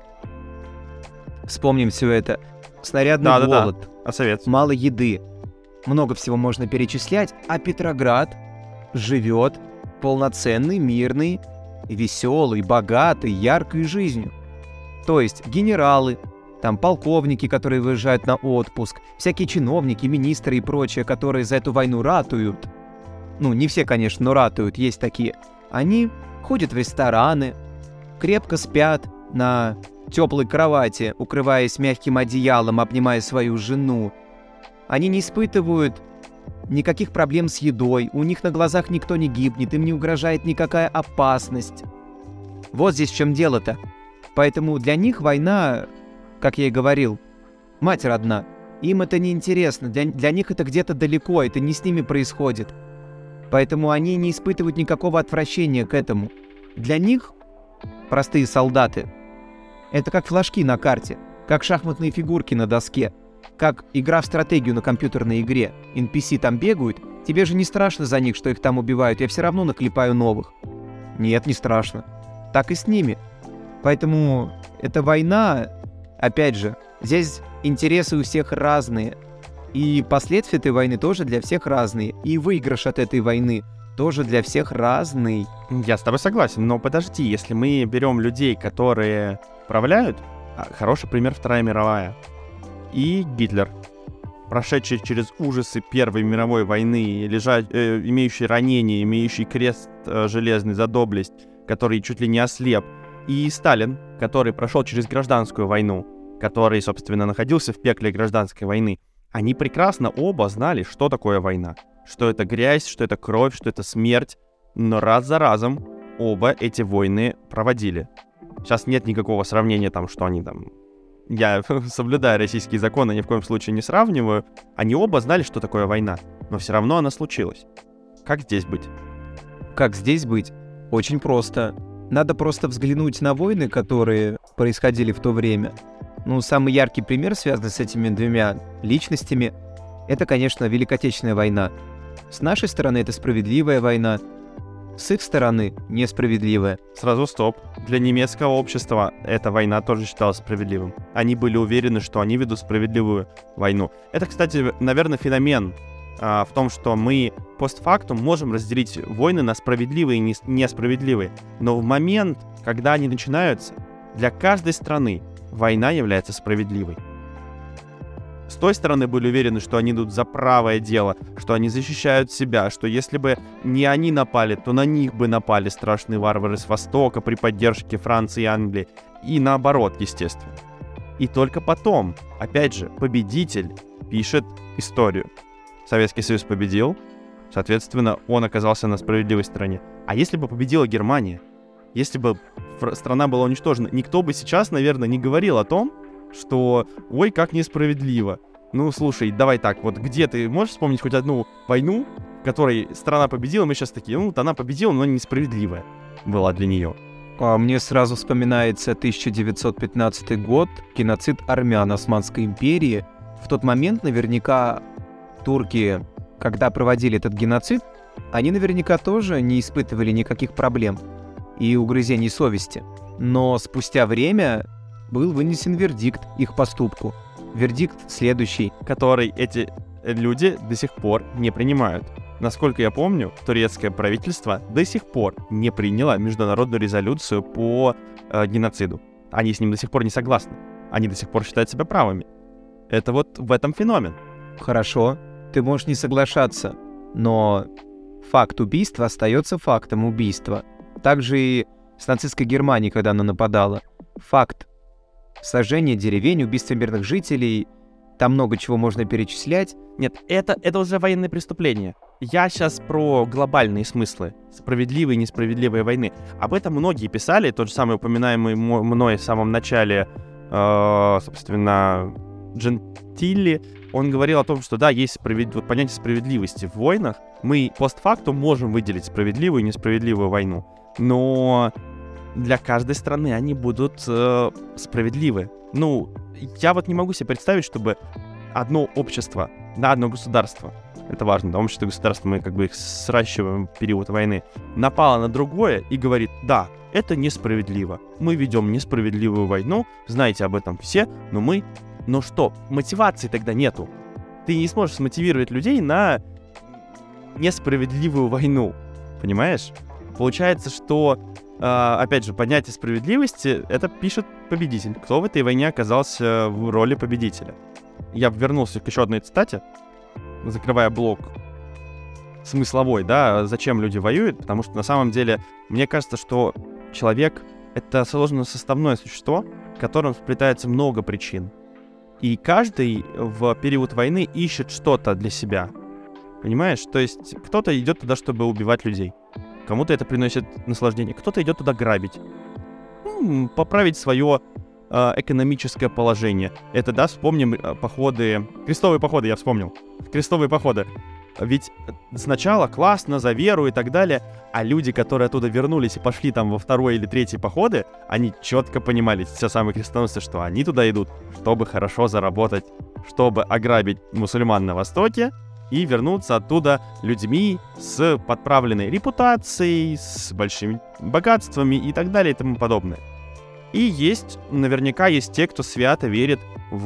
Вспомним все это. Снарядный голод. Да. Осовец. Мало еды. Много всего можно перечислять. А Петроград живет полноценный, мирный, веселый, богатый, яркой жизнью. То есть генералы, там полковники, которые выезжают на отпуск, всякие чиновники, министры и прочее, которые за эту войну ратуют. Ну, не все, конечно, но ратуют, есть такие. Они ходят в рестораны, крепко спят на теплой кровати, укрываясь мягким одеялом, обнимая свою жену. Они не испытывают никаких проблем с едой, у них на глазах никто не гибнет, им не угрожает никакая опасность. Вот здесь в чем дело-то. Поэтому для них война, как я и говорил, мать родна. Им это не интересно, для них это где-то далеко, это не с ними происходит. Поэтому они не испытывают никакого отвращения к этому. Для них, простые солдаты, это как флажки на карте, как шахматные фигурки на доске, как игра в стратегию на компьютерной игре. NPC там бегают, тебе же не страшно за них, что их там убивают, я все равно наклепаю новых. Нет, не страшно. Так и с ними. Поэтому эта война, опять же, здесь интересы у всех разные. И последствия этой войны тоже для всех разные. И выигрыш от этой войны тоже для всех разный. Я с тобой согласен, но подожди, если мы берем людей, которые управляют, хороший пример Вторая мировая, и Гитлер, прошедший через ужасы Первой мировой войны, имеющий ранения, имеющий крест железный за доблесть, который чуть ли не ослеп, и Сталин, который прошел через гражданскую войну, который, собственно, находился в пекле гражданской войны, они прекрасно оба знали, что такое война. Что это грязь, что это кровь, что это смерть. Но раз за разом оба эти войны проводили. Сейчас нет никакого сравнения там, что они там... Я, соблюдая российские законы, ни в коем случае не сравниваю. Они оба знали, что такое война. Но все равно она случилась. Как здесь быть? Как здесь быть? Очень просто. Надо просто взглянуть на войны, которые происходили в то время. Ну, самый яркий пример, связанный с этими двумя личностями, это, конечно, Великая Отечественная война. С нашей стороны это справедливая война, с их стороны несправедливая. Сразу стоп. Для немецкого общества эта война тоже считалась справедливым. Они были уверены, что они ведут справедливую войну. Это, кстати, наверное, феномен в том, что мы постфактум можем разделить войны на справедливые и несправедливые. Но в момент, когда они начинаются, для каждой страны война является справедливой. С той стороны были уверены, что они идут за правое дело, что они защищают себя, что если бы не они напали, то на них бы напали страшные варвары с Востока при поддержке Франции и Англии. И наоборот, естественно. И только потом, опять же, победитель пишет историю. Советский Союз победил, соответственно, он оказался на справедливой стороне. А если бы победила Германия? Если бы страна была уничтожена, никто бы сейчас, наверное, не говорил о том, что «Ой, как несправедливо». Ну, слушай, давай так, вот где ты можешь вспомнить хоть одну войну, в которой страна победила, мы сейчас такие, ну, вот она победила, но несправедливая была для нее. Мне сразу вспоминается 1915 год, геноцид армян Османской империи. В тот момент наверняка турки, когда проводили этот геноцид, они наверняка тоже не испытывали никаких проблем и угрызений совести. Но спустя время был вынесен вердикт их поступку. Вердикт следующий. Который эти люди до сих пор не принимают. Насколько я помню, турецкое правительство до сих пор не приняло международную резолюцию по геноциду. Они с ним до сих пор не согласны. Они до сих пор считают себя правыми. Это вот в этом феномен. Хорошо, ты можешь не соглашаться, но факт убийства остается фактом убийства. Также и с нацистской Германией, когда она нападала. Факт сожжения деревень, убийства мирных жителей, там много чего можно перечислять. Нет, это уже военные преступления. Я сейчас про глобальные смыслы справедливой и несправедливой войны. Об этом многие писали, тот же самый упоминаемый мной в самом начале, собственно, Джентилли. Он говорил о том, что да, есть вот понятие справедливости в войнах. Мы постфактум можем выделить справедливую и несправедливую войну, но для каждой страны они будут справедливы. Ну, я вот не могу себе представить, чтобы одно общество, одно государство, это важно, да, общество и государство, мы как бы их сращиваем в период войны, напало на другое и говорит: да, это несправедливо, мы ведем несправедливую войну, знаете об этом все, но что, мотивации тогда нету. Ты не сможешь смотивировать людей на несправедливую войну, понимаешь? Получается, что, опять же, понятие справедливости, это пишет победитель. Кто в этой войне оказался в роли победителя? Я вернулся к еще одной цитате, закрывая блок смысловой, да, зачем люди воюют, потому что на самом деле, мне кажется, что человек — это сложно-составное существо, в котором сплетается много причин. И каждый в период войны ищет что-то для себя. Понимаешь? То есть кто-то идет туда, чтобы убивать людей. Кому-то это приносит наслаждение. Кто-то идет туда грабить. Поправить свое экономическое положение. Это, да, вспомним походы... Крестовые походы, я вспомнил. Крестовые походы. Ведь сначала классно, за веру и так далее, а люди, которые оттуда вернулись и пошли там во второй или третий походы, они четко понимали, все самые крестоносцы, что они туда идут, чтобы хорошо заработать, чтобы ограбить мусульман на Востоке и вернуться оттуда людьми с подправленной репутацией, с большими богатствами и так далее и тому подобное. И наверняка есть те, кто свято верит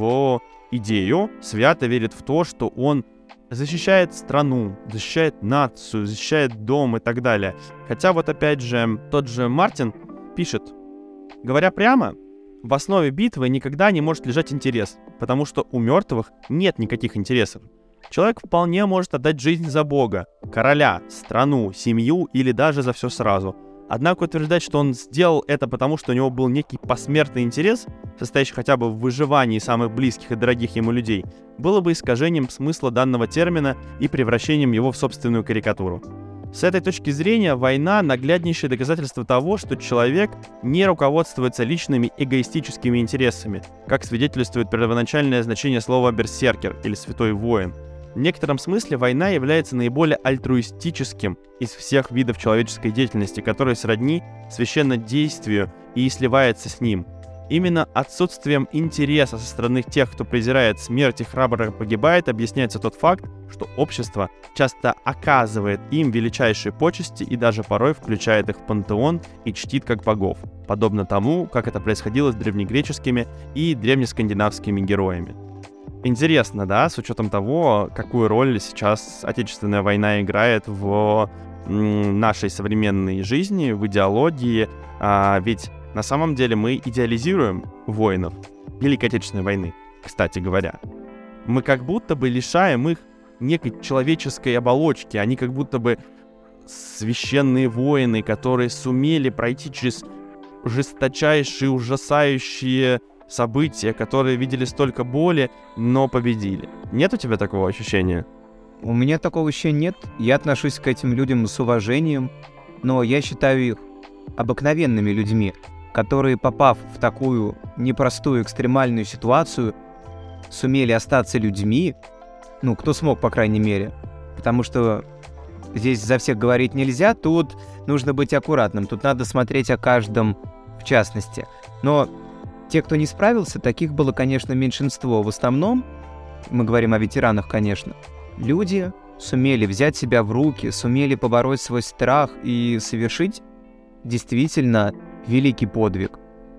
в идею, свято верит в то, что он защищает страну, защищает нацию, защищает дом и так далее. Хотя вот опять же, тот же Мартин пишет: говоря прямо, в основе битвы никогда не может лежать интерес, потому что у мертвых нет никаких интересов. Человек вполне может отдать жизнь за Бога, короля, страну, семью или даже за все сразу. Однако утверждать, что он сделал это потому, что у него был некий посмертный интерес, состоящий хотя бы в выживании самых близких и дорогих ему людей, было бы искажением смысла данного термина и превращением его в собственную карикатуру. С этой точки зрения война — нагляднейшее доказательство того, что человек не руководствуется личными эгоистическими интересами, как свидетельствует первоначальное значение слова «берсеркер» или «святой воин». В некотором смысле война является наиболее альтруистическим из всех видов человеческой деятельности, который сродни священнодействию и сливается с ним. Именно отсутствием интереса со стороны тех, кто презирает смерть и храбро погибает, объясняется тот факт, что общество часто оказывает им величайшие почести и даже порой включает их в пантеон и чтит как богов, подобно тому, как это происходило с древнегреческими и древнескандинавскими героями. Интересно, да, с учетом того, какую роль сейчас Отечественная война играет в нашей современной жизни, в идеологии, ведь на самом деле мы идеализируем воинов Великой Отечественной войны, кстати говоря. Мы как будто бы лишаем их некой человеческой оболочки, они как будто бы священные воины, которые сумели пройти через жесточайшие, ужасающие события, которые видели столько боли, но победили. Нет у тебя такого ощущения? У меня такого еще нет. Я отношусь к этим людям с уважением, но я считаю их обыкновенными людьми, которые, попав в такую непростую экстремальную ситуацию, сумели остаться людьми, кто смог, по крайней мере, потому что здесь за всех говорить нельзя, тут нужно быть аккуратным, тут надо смотреть о каждом в частности. Но те, кто не справился, таких было, конечно, меньшинство. В основном, мы говорим о ветеранах, конечно, люди сумели взять себя в руки, сумели побороть свой страх и совершить действительно великий подвиг.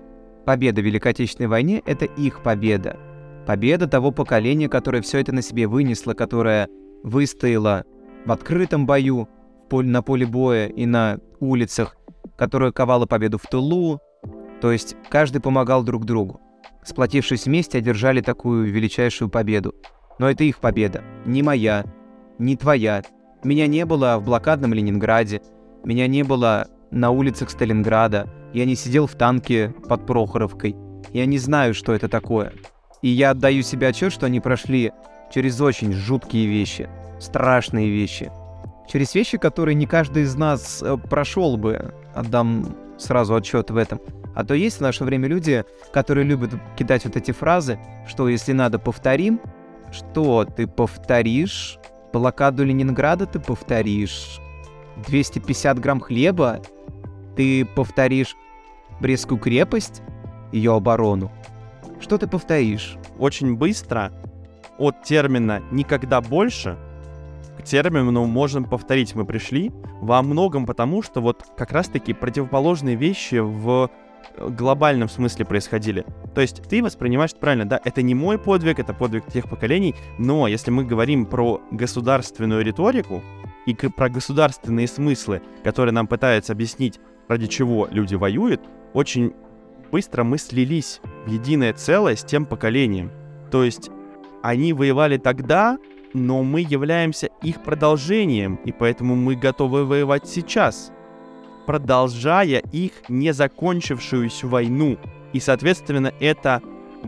победа в Великой Отечественной войне — это их победа. Победа того поколения, которое все это на себе вынесло, которое выстояло в открытом бою, на поле боя и на улицах, которое ковало победу в тылу. То есть каждый помогал друг другу. Сплотившись вместе, одержали такую величайшую победу. Но это их победа, не моя, не твоя. Меня не было в блокадном Ленинграде, меня не было на улицах Сталинграда, я не сидел в танке под Прохоровкой. Я не знаю, что это такое. И я отдаю себе отчет, что они прошли через очень жуткие вещи, страшные вещи. Через вещи, которые не каждый из нас прошел бы. Отдам сразу отчет в этом. А то есть в наше время люди, которые любят кидать вот эти фразы, что если надо, повторим. Что ты повторишь? Блокаду Ленинграда ты повторишь? 250 грамм хлеба? Ты повторишь Брестскую крепость? Ее оборону? Что ты повторишь? Очень быстро от термина «никогда больше» к термину «можем повторить» мы пришли во многом потому, что вот как раз-таки противоположные вещи в глобальном смысле происходили. То есть ты воспринимаешь это правильно, да, это не мой подвиг, это подвиг тех поколений, но если мы говорим про государственную риторику и про государственные смыслы, которые нам пытаются объяснить, ради чего люди воюют, очень быстро мы слились в единое целое с тем поколением. То есть они воевали тогда, но мы являемся их продолжением, и поэтому мы готовы воевать сейчас, продолжая их не закончившуюся войну. И, соответственно, эта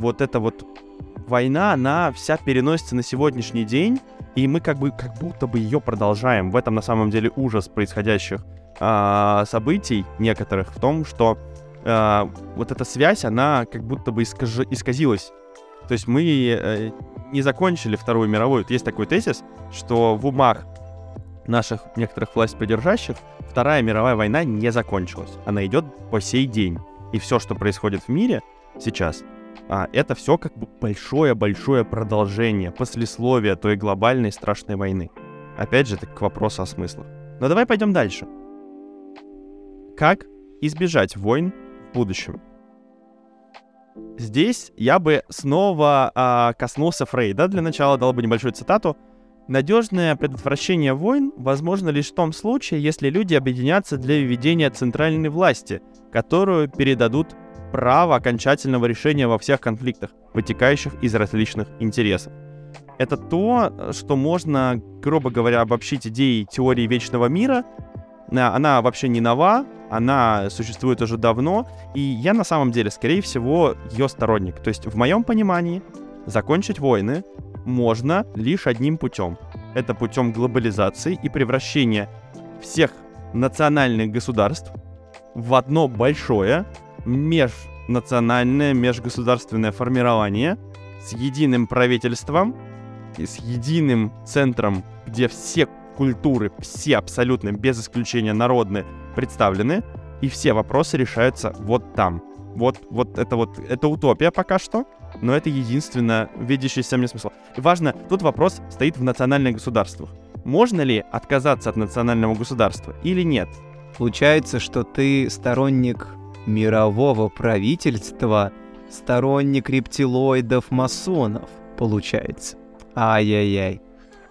война, она вся переносится на сегодняшний день, и мы как будто бы ее продолжаем. В этом на самом деле ужас происходящих событий некоторых в том, что вот эта связь, она как будто бы исказилась. То есть мы не закончили Вторую мировую. Есть такой тезис, что в умах наших некоторых властьпридержащих Вторая мировая война не закончилась. Она идет по сей день. И все, что происходит в мире сейчас, это все как бы большое-большое продолжение, послесловие той глобальной страшной войны. Опять же, это к вопросу о смыслах. Но давай пойдем дальше. Как избежать войн в будущем? Здесь я бы снова коснулся Фрейда. Для начала дал бы небольшую цитату. «Надежное предотвращение войн возможно лишь в том случае, если люди объединятся для введения центральной власти, которую передадут право окончательного решения во всех конфликтах, вытекающих из различных интересов». Это то, что можно, грубо говоря, обобщить идеей теории вечного мира. Она вообще не нова, она существует уже давно, и я на самом деле, скорее всего, ее сторонник. То есть, в моем понимании, закончить войны можно лишь одним путем. Это путем глобализации и превращения всех национальных государств в одно большое межнациональное, межгосударственное формирование с единым правительством и с единым центром, где все культуры, все абсолютно, без исключения народные, представлены, и все вопросы решаются вот там. Это утопия пока что, но это единственно видящийся мне смысл. И важно, тут вопрос стоит в национальных государствах. Можно ли отказаться от национального государства или нет? Получается, что ты сторонник мирового правительства, сторонник рептилоидов-масонов, получается. Ай-яй-яй.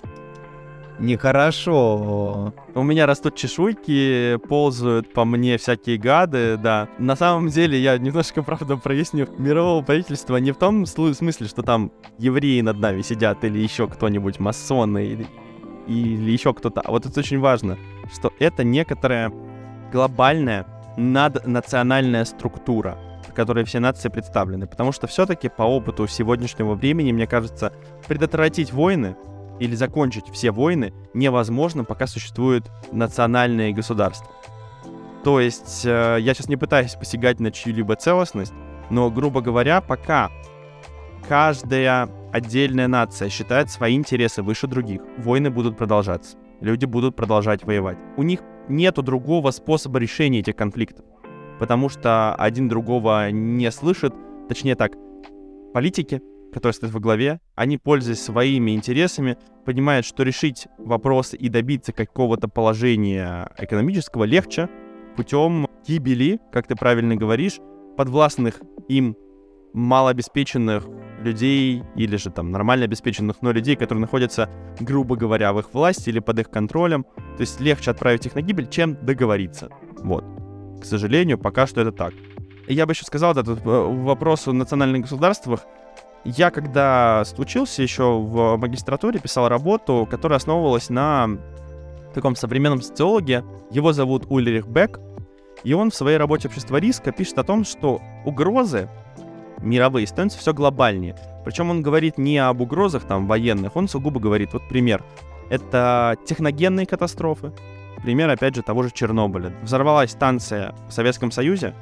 Нехорошо. У меня растут чешуйки, ползают по мне всякие гады, да. На самом деле, я немножко, правда, проясню. Мирового правительства не в том смысле, что там евреи над нами сидят, или еще кто-нибудь, масоны, или еще кто-то. А вот это очень важно, что это некоторая глобальная наднациональная структура, в которой все нации представлены. Потому что все-таки по опыту сегодняшнего времени, мне кажется, предотвратить войны или закончить все войны невозможно, пока существуют национальные государства. То есть, я сейчас не пытаюсь посягать на чью-либо целостность, но, грубо говоря, пока каждая отдельная нация считает свои интересы выше других, войны будут продолжаться, люди будут продолжать воевать. У них нету другого способа решения этих конфликтов, потому что один другого не слышит, точнее так, политики, которые стоят во главе, они, пользуясь своими интересами, понимают, что решить вопросы и добиться какого-то положения экономического легче путем гибели, как ты правильно говоришь, подвластных им малообеспеченных людей или же там нормально обеспеченных, но людей, которые находятся, грубо говоря, в их власти или под их контролем. То есть легче отправить их на гибель, чем договориться. Вот. К сожалению, пока что это так. И я бы еще сказал, этот вопрос о национальных государствах. Я когда учился еще в магистратуре, писал работу, которая основывалась на таком современном социологе. Его зовут Ульрих Бек. И он в своей работе «Общество риска» пишет о том, что угрозы мировые становятся все глобальнее. Причем он говорит не об угрозах там военных, он сугубо говорит, вот пример. Это техногенные катастрофы. Пример, опять же, того же Чернобыля. Взорвалась станция в Советском Союзе,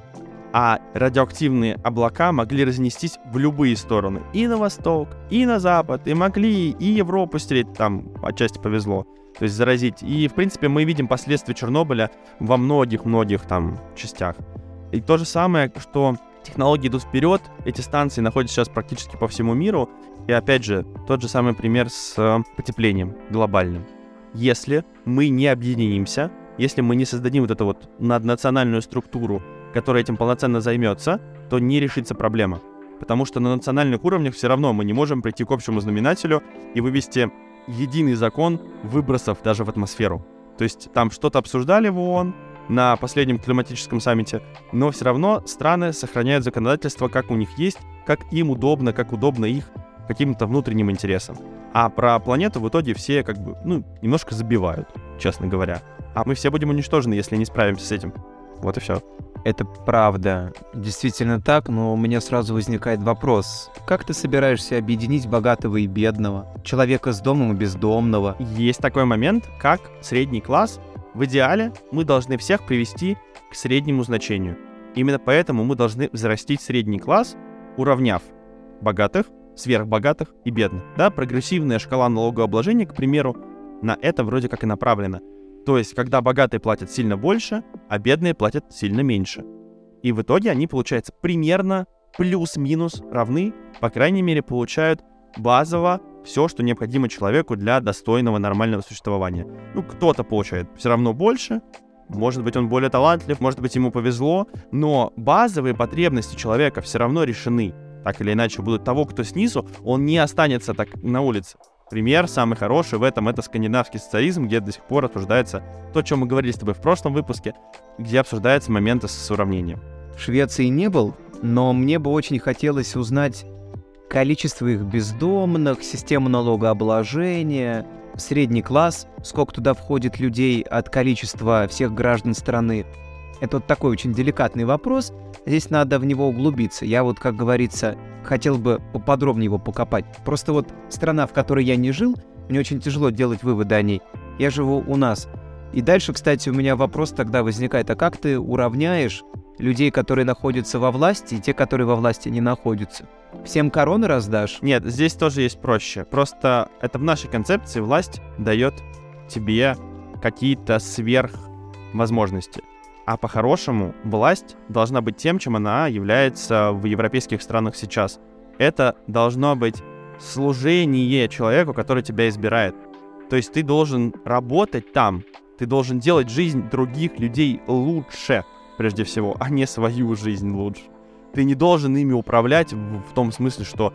а радиоактивные облака могли разнестись в любые стороны. И на восток, и на запад, и могли и Европу стереть, там отчасти повезло, то есть заразить. И, в принципе, мы видим последствия Чернобыля во многих-многих там частях. И то же самое, что технологии идут вперед, эти станции находятся сейчас практически по всему миру. И, опять же, тот же самый пример с потеплением глобальным. Если мы не объединимся, если мы не создадим вот эту вот наднациональную структуру, которая этим полноценно займется, то не решится проблема. Потому что на национальных уровнях все равно мы не можем прийти к общему знаменателю и вывести единый закон выбросов даже в атмосферу. То есть там что-то обсуждали в ООН на последнем климатическом саммите, но все равно страны сохраняют законодательство, как у них есть, как им удобно, как удобно их каким-то внутренним интересам. А про планету в итоге все как бы, немножко забивают, честно говоря. А мы все будем уничтожены, если не справимся с этим. Вот и все. Это правда, действительно так, но у меня сразу возникает вопрос. Как ты собираешься объединить богатого и бедного, человека с домом и бездомного? Есть такой момент, как средний класс. В идеале мы должны всех привести к среднему значению. Именно поэтому мы должны взрастить средний класс, уравняв богатых, сверхбогатых и бедных. Да, прогрессивная шкала налогообложения, к примеру, на это вроде как и направлена. То есть, когда богатые платят сильно больше, а бедные платят сильно меньше. И в итоге они, получается, примерно плюс-минус равны, по крайней мере, получают базово все, что необходимо человеку для достойного нормального существования. Кто-то получает все равно больше, может быть, он более талантлив, может быть, ему повезло, но базовые потребности человека все равно решены. Так или иначе, будут того, кто снизу, он не останется так на улице. Пример самый хороший в этом — это скандинавский социализм, где до сих пор обсуждается то, о чем мы говорили с тобой в прошлом выпуске, где обсуждаются моменты с уравнением. В Швеции не был, но мне бы очень хотелось узнать количество их бездомных, систему налогообложения, средний класс, сколько туда входит людей от количества всех граждан страны. Это вот такой очень деликатный вопрос, здесь надо в него углубиться. Я вот, как говорится, хотел бы поподробнее его покопать. Просто вот страна, в которой я не жил, мне очень тяжело делать выводы о ней. Я живу у нас. И дальше, кстати, у меня вопрос тогда возникает, а как ты уравняешь людей, которые находятся во власти, и те, которые во власти не находятся? Всем короны раздашь? Нет, здесь тоже есть проще. Просто это в нашей концепции власть дает тебе какие-то сверхвозможности. А по-хорошему, власть должна быть тем, чем она является в европейских странах сейчас. Это должно быть служение человеку, который тебя избирает. То есть ты должен работать там, ты должен делать жизнь других людей лучше, прежде всего, а не свою жизнь лучше. Ты не должен ими управлять в том смысле, что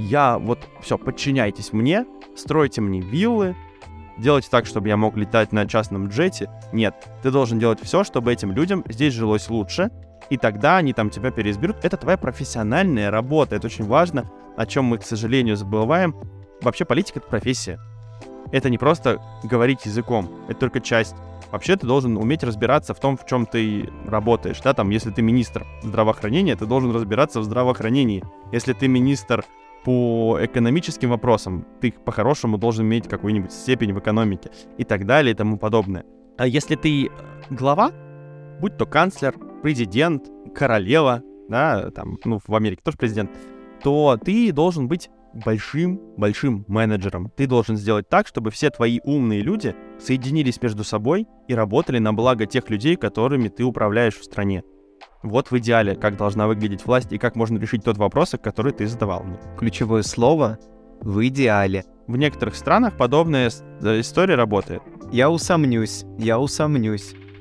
все, подчиняйтесь мне, стройте мне виллы, делайте так, чтобы я мог летать на частном джете. Нет, ты должен делать все, чтобы этим людям здесь жилось лучше, и тогда они там тебя переизберут. Это твоя профессиональная работа, это очень важно, о чем мы, к сожалению, забываем. Вообще политика — это профессия. Это не просто говорить языком, это только часть. Вообще ты должен уметь разбираться в том, в чем ты работаешь. Да? Там, если ты министр здравоохранения, ты должен разбираться в здравоохранении. Если ты министр по экономическим вопросам, ты по-хорошему должен иметь какую-нибудь степень в экономике и так далее и тому подобное. А если ты глава, будь то канцлер, президент, королева, да, там, в Америке тоже президент, то ты должен быть большим менеджером. Ты должен сделать так, чтобы все твои умные люди соединились между собой и работали на благо тех людей, которыми ты управляешь в стране. Вот в идеале, как должна выглядеть власть и как можно решить тот вопрос, который ты задавал мне. Ключевое слово — в идеале. В некоторых странах подобная история работает. Я усомнюсь.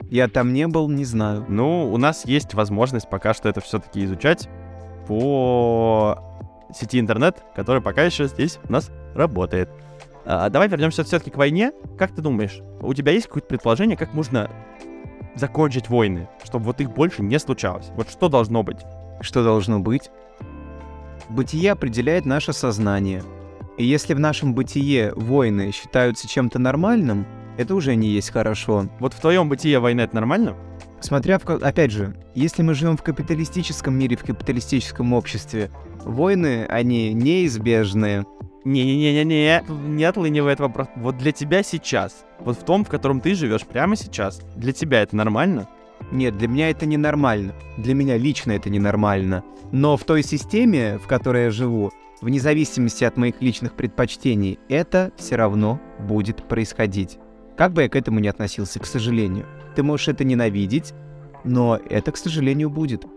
Я там не был, не знаю. Ну, у нас есть возможность пока что это все-таки изучать по сети интернет, которая пока еще здесь у нас работает. Давай вернемся все-таки к войне. Как ты думаешь, у тебя есть какое-то предположение, как можно закончить войны, чтобы вот их больше не случалось? Вот что должно быть? Что должно быть? Бытие определяет наше сознание. И если в нашем бытие войны считаются чем-то нормальным, это уже не есть хорошо. Вот в твоем бытие война — это нормально? Смотря, опять же, если мы живем в капиталистическом мире, в капиталистическом обществе, войны, они неизбежны. Не отлынивай этот вопрос. Вот для тебя сейчас, вот в том, в котором ты живешь прямо сейчас, для тебя это нормально? Нет, для меня это ненормально. Для меня лично это ненормально. Но в той системе, в которой я живу, вне зависимости от моих личных предпочтений, это все равно будет происходить. Как бы я к этому ни относился, к сожалению. Ты можешь это ненавидеть, но это, к сожалению, будет.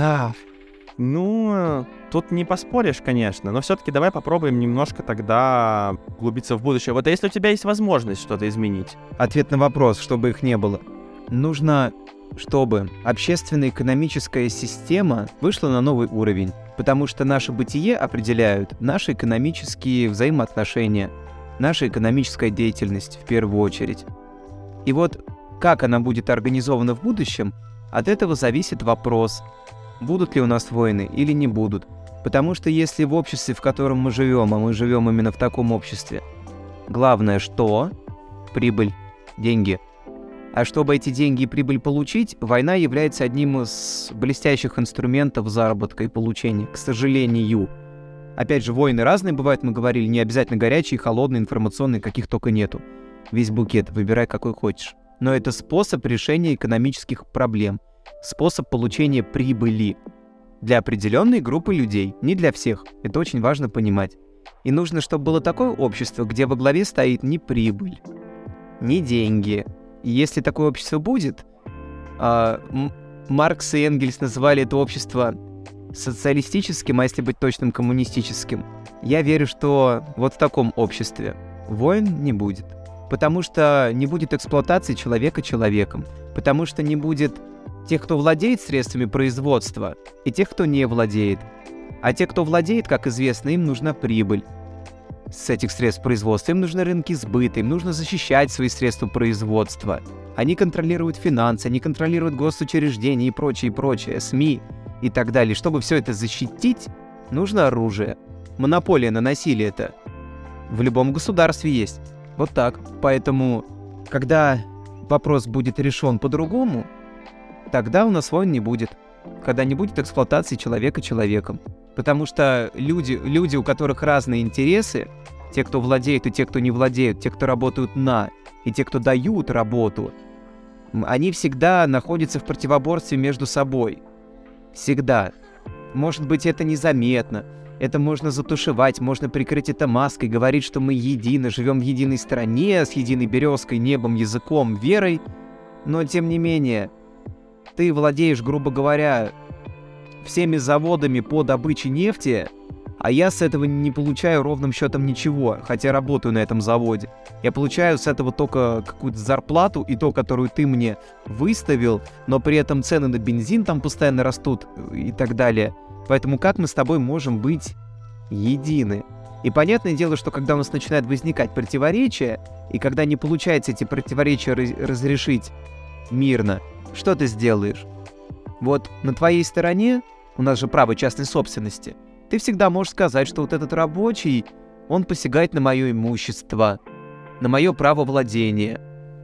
Ну, тут не поспоришь, конечно, но все-таки давай попробуем немножко тогда углубиться в будущее. Вот если у тебя есть возможность что-то изменить. Ответ на вопрос, чтобы их не было. Нужно, чтобы общественно-экономическая система вышла на новый уровень, потому что наше бытие определяют наши экономические взаимоотношения, наша экономическая деятельность в первую очередь. И вот как она будет организована в будущем, от этого зависит вопрос, будут ли у нас войны или не будут. Потому что если в обществе, в котором мы живем, а мы живем именно в таком обществе, главное что? Прибыль, деньги. А чтобы эти деньги и прибыль получить, война является одним из блестящих инструментов заработка и получения, к сожалению. Опять же, войны разные бывают, мы говорили, не обязательно горячие, холодные, информационные, каких только нету. Весь букет, выбирай какой хочешь. Но это способ решения экономических проблем, способ получения прибыли для определенной группы людей, не для всех. Это очень важно понимать. И нужно, чтобы было такое общество, где во главе стоит не прибыль, не деньги. И если такое общество будет, Маркс и Энгельс называли это общество социалистическим, а если быть точным, коммунистическим. Я верю, что вот в таком обществе войн не будет. Потому что не будет эксплуатации человека человеком. Потому что не будет тех, кто владеет средствами производства, и тех, кто не владеет. А те, кто владеет, как известно, им нужна прибыль с этих средств производства, им нужны рынки сбыта, им нужно защищать свои средства производства. Они контролируют финансы, они контролируют госучреждения и прочее, СМИ и так далее. Чтобы все это защитить, нужно оружие. Монополия на насилие это в любом государстве есть. Вот так. Поэтому, когда вопрос будет решен по-другому, тогда у нас войн не будет. Когда не будет эксплуатации человека человеком. Потому что люди, у которых разные интересы, те, кто владеет и те, кто не владеют, те, кто работают на, и те, кто дают работу, они всегда находятся в противоборстве между собой. Всегда. Может быть, это незаметно. Это можно затушевать, можно прикрыть это маской, говорить, что мы едины, живем в единой стране, с единой березкой, небом, языком, верой. Но, тем не менее, ты владеешь, грубо говоря, всеми заводами по добыче нефти, а я с этого не получаю ровным счетом ничего, хотя работаю на этом заводе. Я получаю с этого только какую-то зарплату, и то, которую ты мне выставил, но при этом цены на бензин там постоянно растут и так далее. Поэтому как мы с тобой можем быть едины? И понятное дело, что когда у нас начинают возникать противоречия, и когда не получается эти противоречия разрешить мирно, что ты сделаешь? Вот на твоей стороне, у нас же право частной собственности, ты всегда можешь сказать, что вот этот рабочий, он посягает на мое имущество, на мое право владения.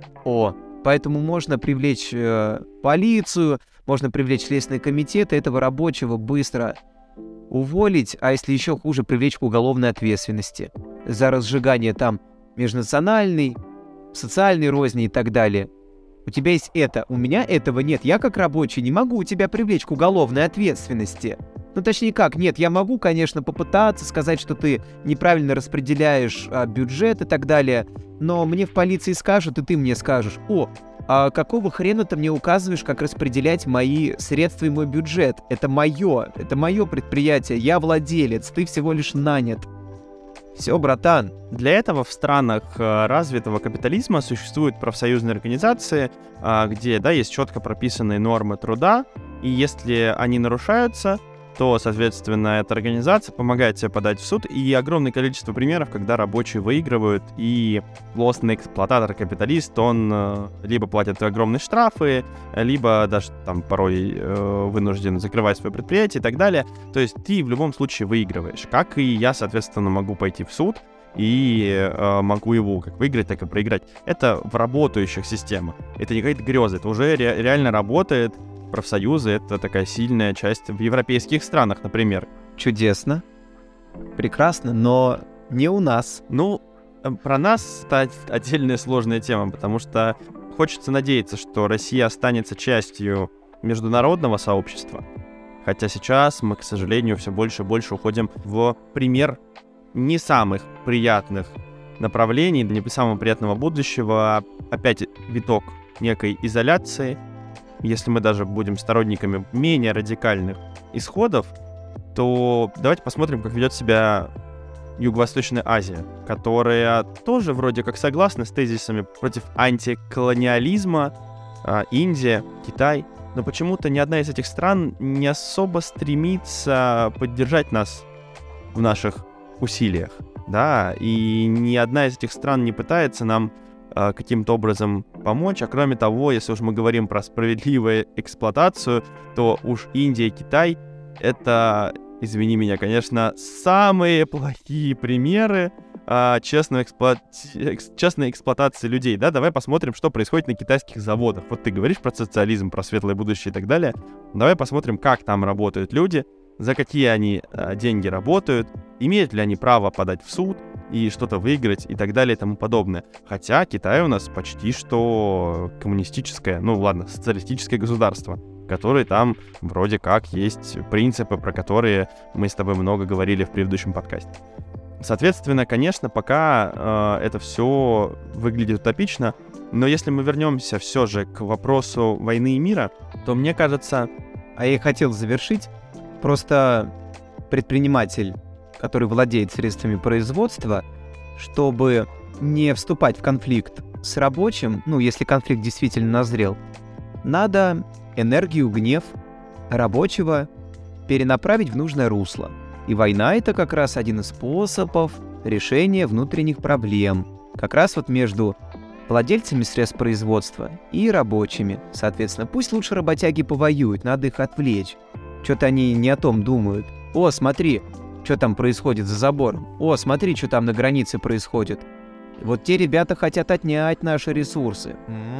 Поэтому можно привлечь полицию, можно привлечь Следственный комитет, и этого рабочего быстро уволить, а если еще хуже, привлечь к уголовной ответственности за разжигание там межнациональной, социальной розни и так далее. У тебя есть это, у меня этого нет. Я как рабочий не могу тебя привлечь к уголовной ответственности. Ну, точнее как, нет, я могу, конечно, попытаться сказать, что ты неправильно распределяешь бюджет и так далее, но мне в полиции скажут, и ты мне скажешь: а какого хрена ты мне указываешь, как распределять мои средства и мой бюджет? Это мое предприятие, я владелец, ты всего лишь нанят. Все, братан. Для этого в странах развитого капитализма существуют профсоюзные организации, где, да, есть четко прописанные нормы труда, и если они нарушаются, то, соответственно, эта организация помогает тебе подать в суд, и огромное количество примеров, когда рабочие выигрывают, и злостный эксплуататор-капиталист, он либо платит огромные штрафы, либо даже там порой вынужден закрывать свое предприятие и так далее. То есть ты в любом случае выигрываешь. Как и я, соответственно, могу пойти в суд, и могу его как выиграть, так и проиграть. Это в работающих системах. Это не какая-то греза, это уже реально работает. Профсоюзы — это такая сильная часть в европейских странах, например. Чудесно. Прекрасно, но не у нас. Ну, про нас это отдельная сложная тема, потому что хочется надеяться, что Россия останется частью международного сообщества. Хотя сейчас мы, к сожалению, все больше и больше уходим в пример не самых приятных направлений, не самого приятного будущего, а опять виток некой изоляции. Если мы даже будем сторонниками менее радикальных исходов, то давайте посмотрим, как ведет себя Юго-Восточная Азия, которая тоже вроде как согласна с тезисами против антиколониализма, Индия, Китай, но почему-то ни одна из этих стран не особо стремится поддержать нас в наших усилиях, да, и ни одна из этих стран не пытается нам каким-то образом помочь, а кроме того, если уж мы говорим про справедливую эксплуатацию, то уж Индия и Китай — это, извини меня, конечно, самые плохие примеры честной эксплуатации людей, да, давай посмотрим, что происходит на китайских заводах. Вот ты говоришь про социализм, про светлое будущее и так далее, давай посмотрим, как там работают люди, за какие они деньги работают, имеют ли они право подать в суд и что-то выиграть и так далее и тому подобное. Хотя Китай у нас почти что коммунистическое, ну ладно, социалистическое государство, которые там вроде как есть принципы, про которые мы с тобой много говорили в предыдущем подкасте. Соответственно, конечно, пока это все выглядит утопично, но если мы вернемся все же к вопросу войны и мира, то мне кажется... А я хотел завершить. Просто предприниматель, который владеет средствами производства, чтобы не вступать в конфликт с рабочим, ну, если конфликт действительно назрел, надо энергию, гнев рабочего перенаправить в нужное русло. И война — это как раз один из способов решения внутренних проблем. Как раз вот между владельцами средств производства и рабочими. Соответственно, пусть лучше работяги повоюют, надо их отвлечь. Что-то они не о том думают. О, смотри, что там происходит за забором. О, смотри, что там на границе происходит. Вот те ребята хотят отнять наши ресурсы.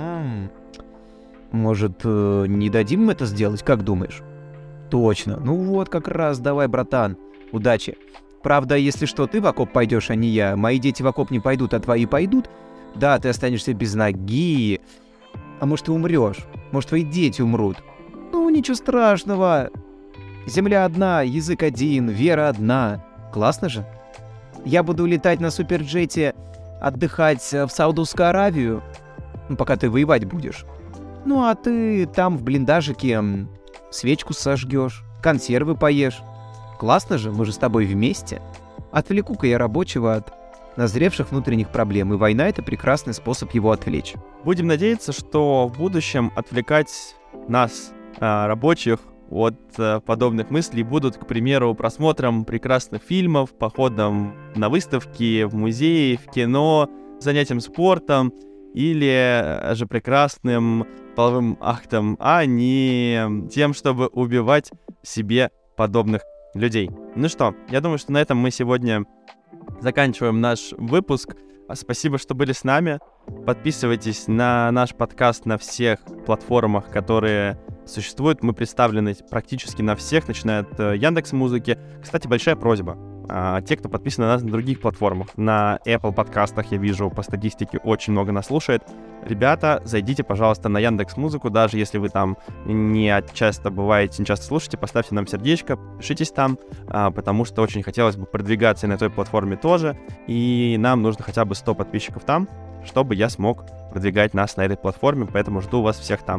Может, не дадим им это сделать, как думаешь? Точно. Ну вот, как раз, давай, братан. Удачи. Правда, если что, ты в окоп пойдешь, а не я. Мои дети в окоп не пойдут, а твои пойдут. Да, ты останешься без ноги. А может, ты умрешь. Может, твои дети умрут. Ну, ничего страшного. Земля одна, язык один, вера одна. Классно же. Я буду летать на суперджете, отдыхать в Саудовскую Аравию, пока ты воевать будешь. Ну, а ты там в блиндажике свечку сожгешь, консервы поешь. Классно же, мы же с тобой вместе. Отвлеку-ка я рабочего от назревших внутренних проблем, и война — это прекрасный способ его отвлечь. Будем надеяться, что в будущем отвлекать нас, рабочих, от подобных мыслей будут, к примеру, просмотром прекрасных фильмов, походом на выставки, в музеи, в кино, занятием спортом или же прекрасным половым актом, а не тем, чтобы убивать себе подобных людей. Ну что, я думаю, что на этом мы сегодня заканчиваем наш выпуск. Спасибо, что были с нами. Подписывайтесь на наш подкаст на всех платформах, которые существуют. Мы представлены практически на всех, начиная от Яндекс.Музыки. Кстати, большая просьба. Те, кто подписан на нас на других платформах, на Apple подкастах, я вижу, по статистике очень много нас слушает. Ребята, зайдите, пожалуйста, на Яндекс.Музыку, даже если вы там не часто бываете, не часто слушаете, поставьте нам сердечко, пишитесь там, потому что очень хотелось бы продвигаться на той платформе тоже, и нам нужно хотя бы 100 подписчиков там, чтобы я смог продвигать нас на этой платформе, поэтому жду вас всех там.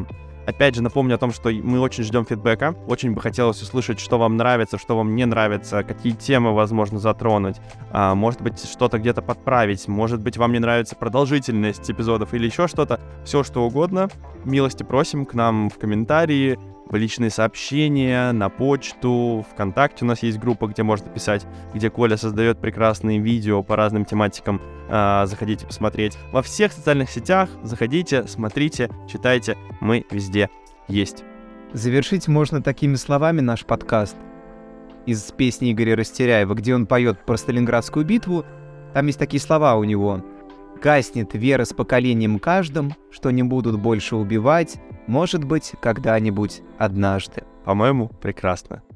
Опять же, напомню о том, что мы очень ждем фидбэка. Очень бы хотелось услышать, что вам нравится, что вам не нравится, какие темы возможно затронуть. Может быть, что-то где-то подправить. Может быть, вам не нравится продолжительность эпизодов или еще что-то. Все, что угодно. Милости просим к нам в комментарии, в личные сообщения, на почту, ВКонтакте у нас есть группа, где можно писать, где Коля создает прекрасные видео по разным тематикам. Заходите посмотреть. Во всех социальных сетях заходите, смотрите, читайте. Мы везде есть. Завершить можно такими словами наш подкаст из песни Игоря Растеряева, где он поет про Сталинградскую битву. Там есть такие слова у него. «Гаснет вера с поколением каждым, что не будут больше убивать, может быть, когда-нибудь однажды». По-моему, прекрасно.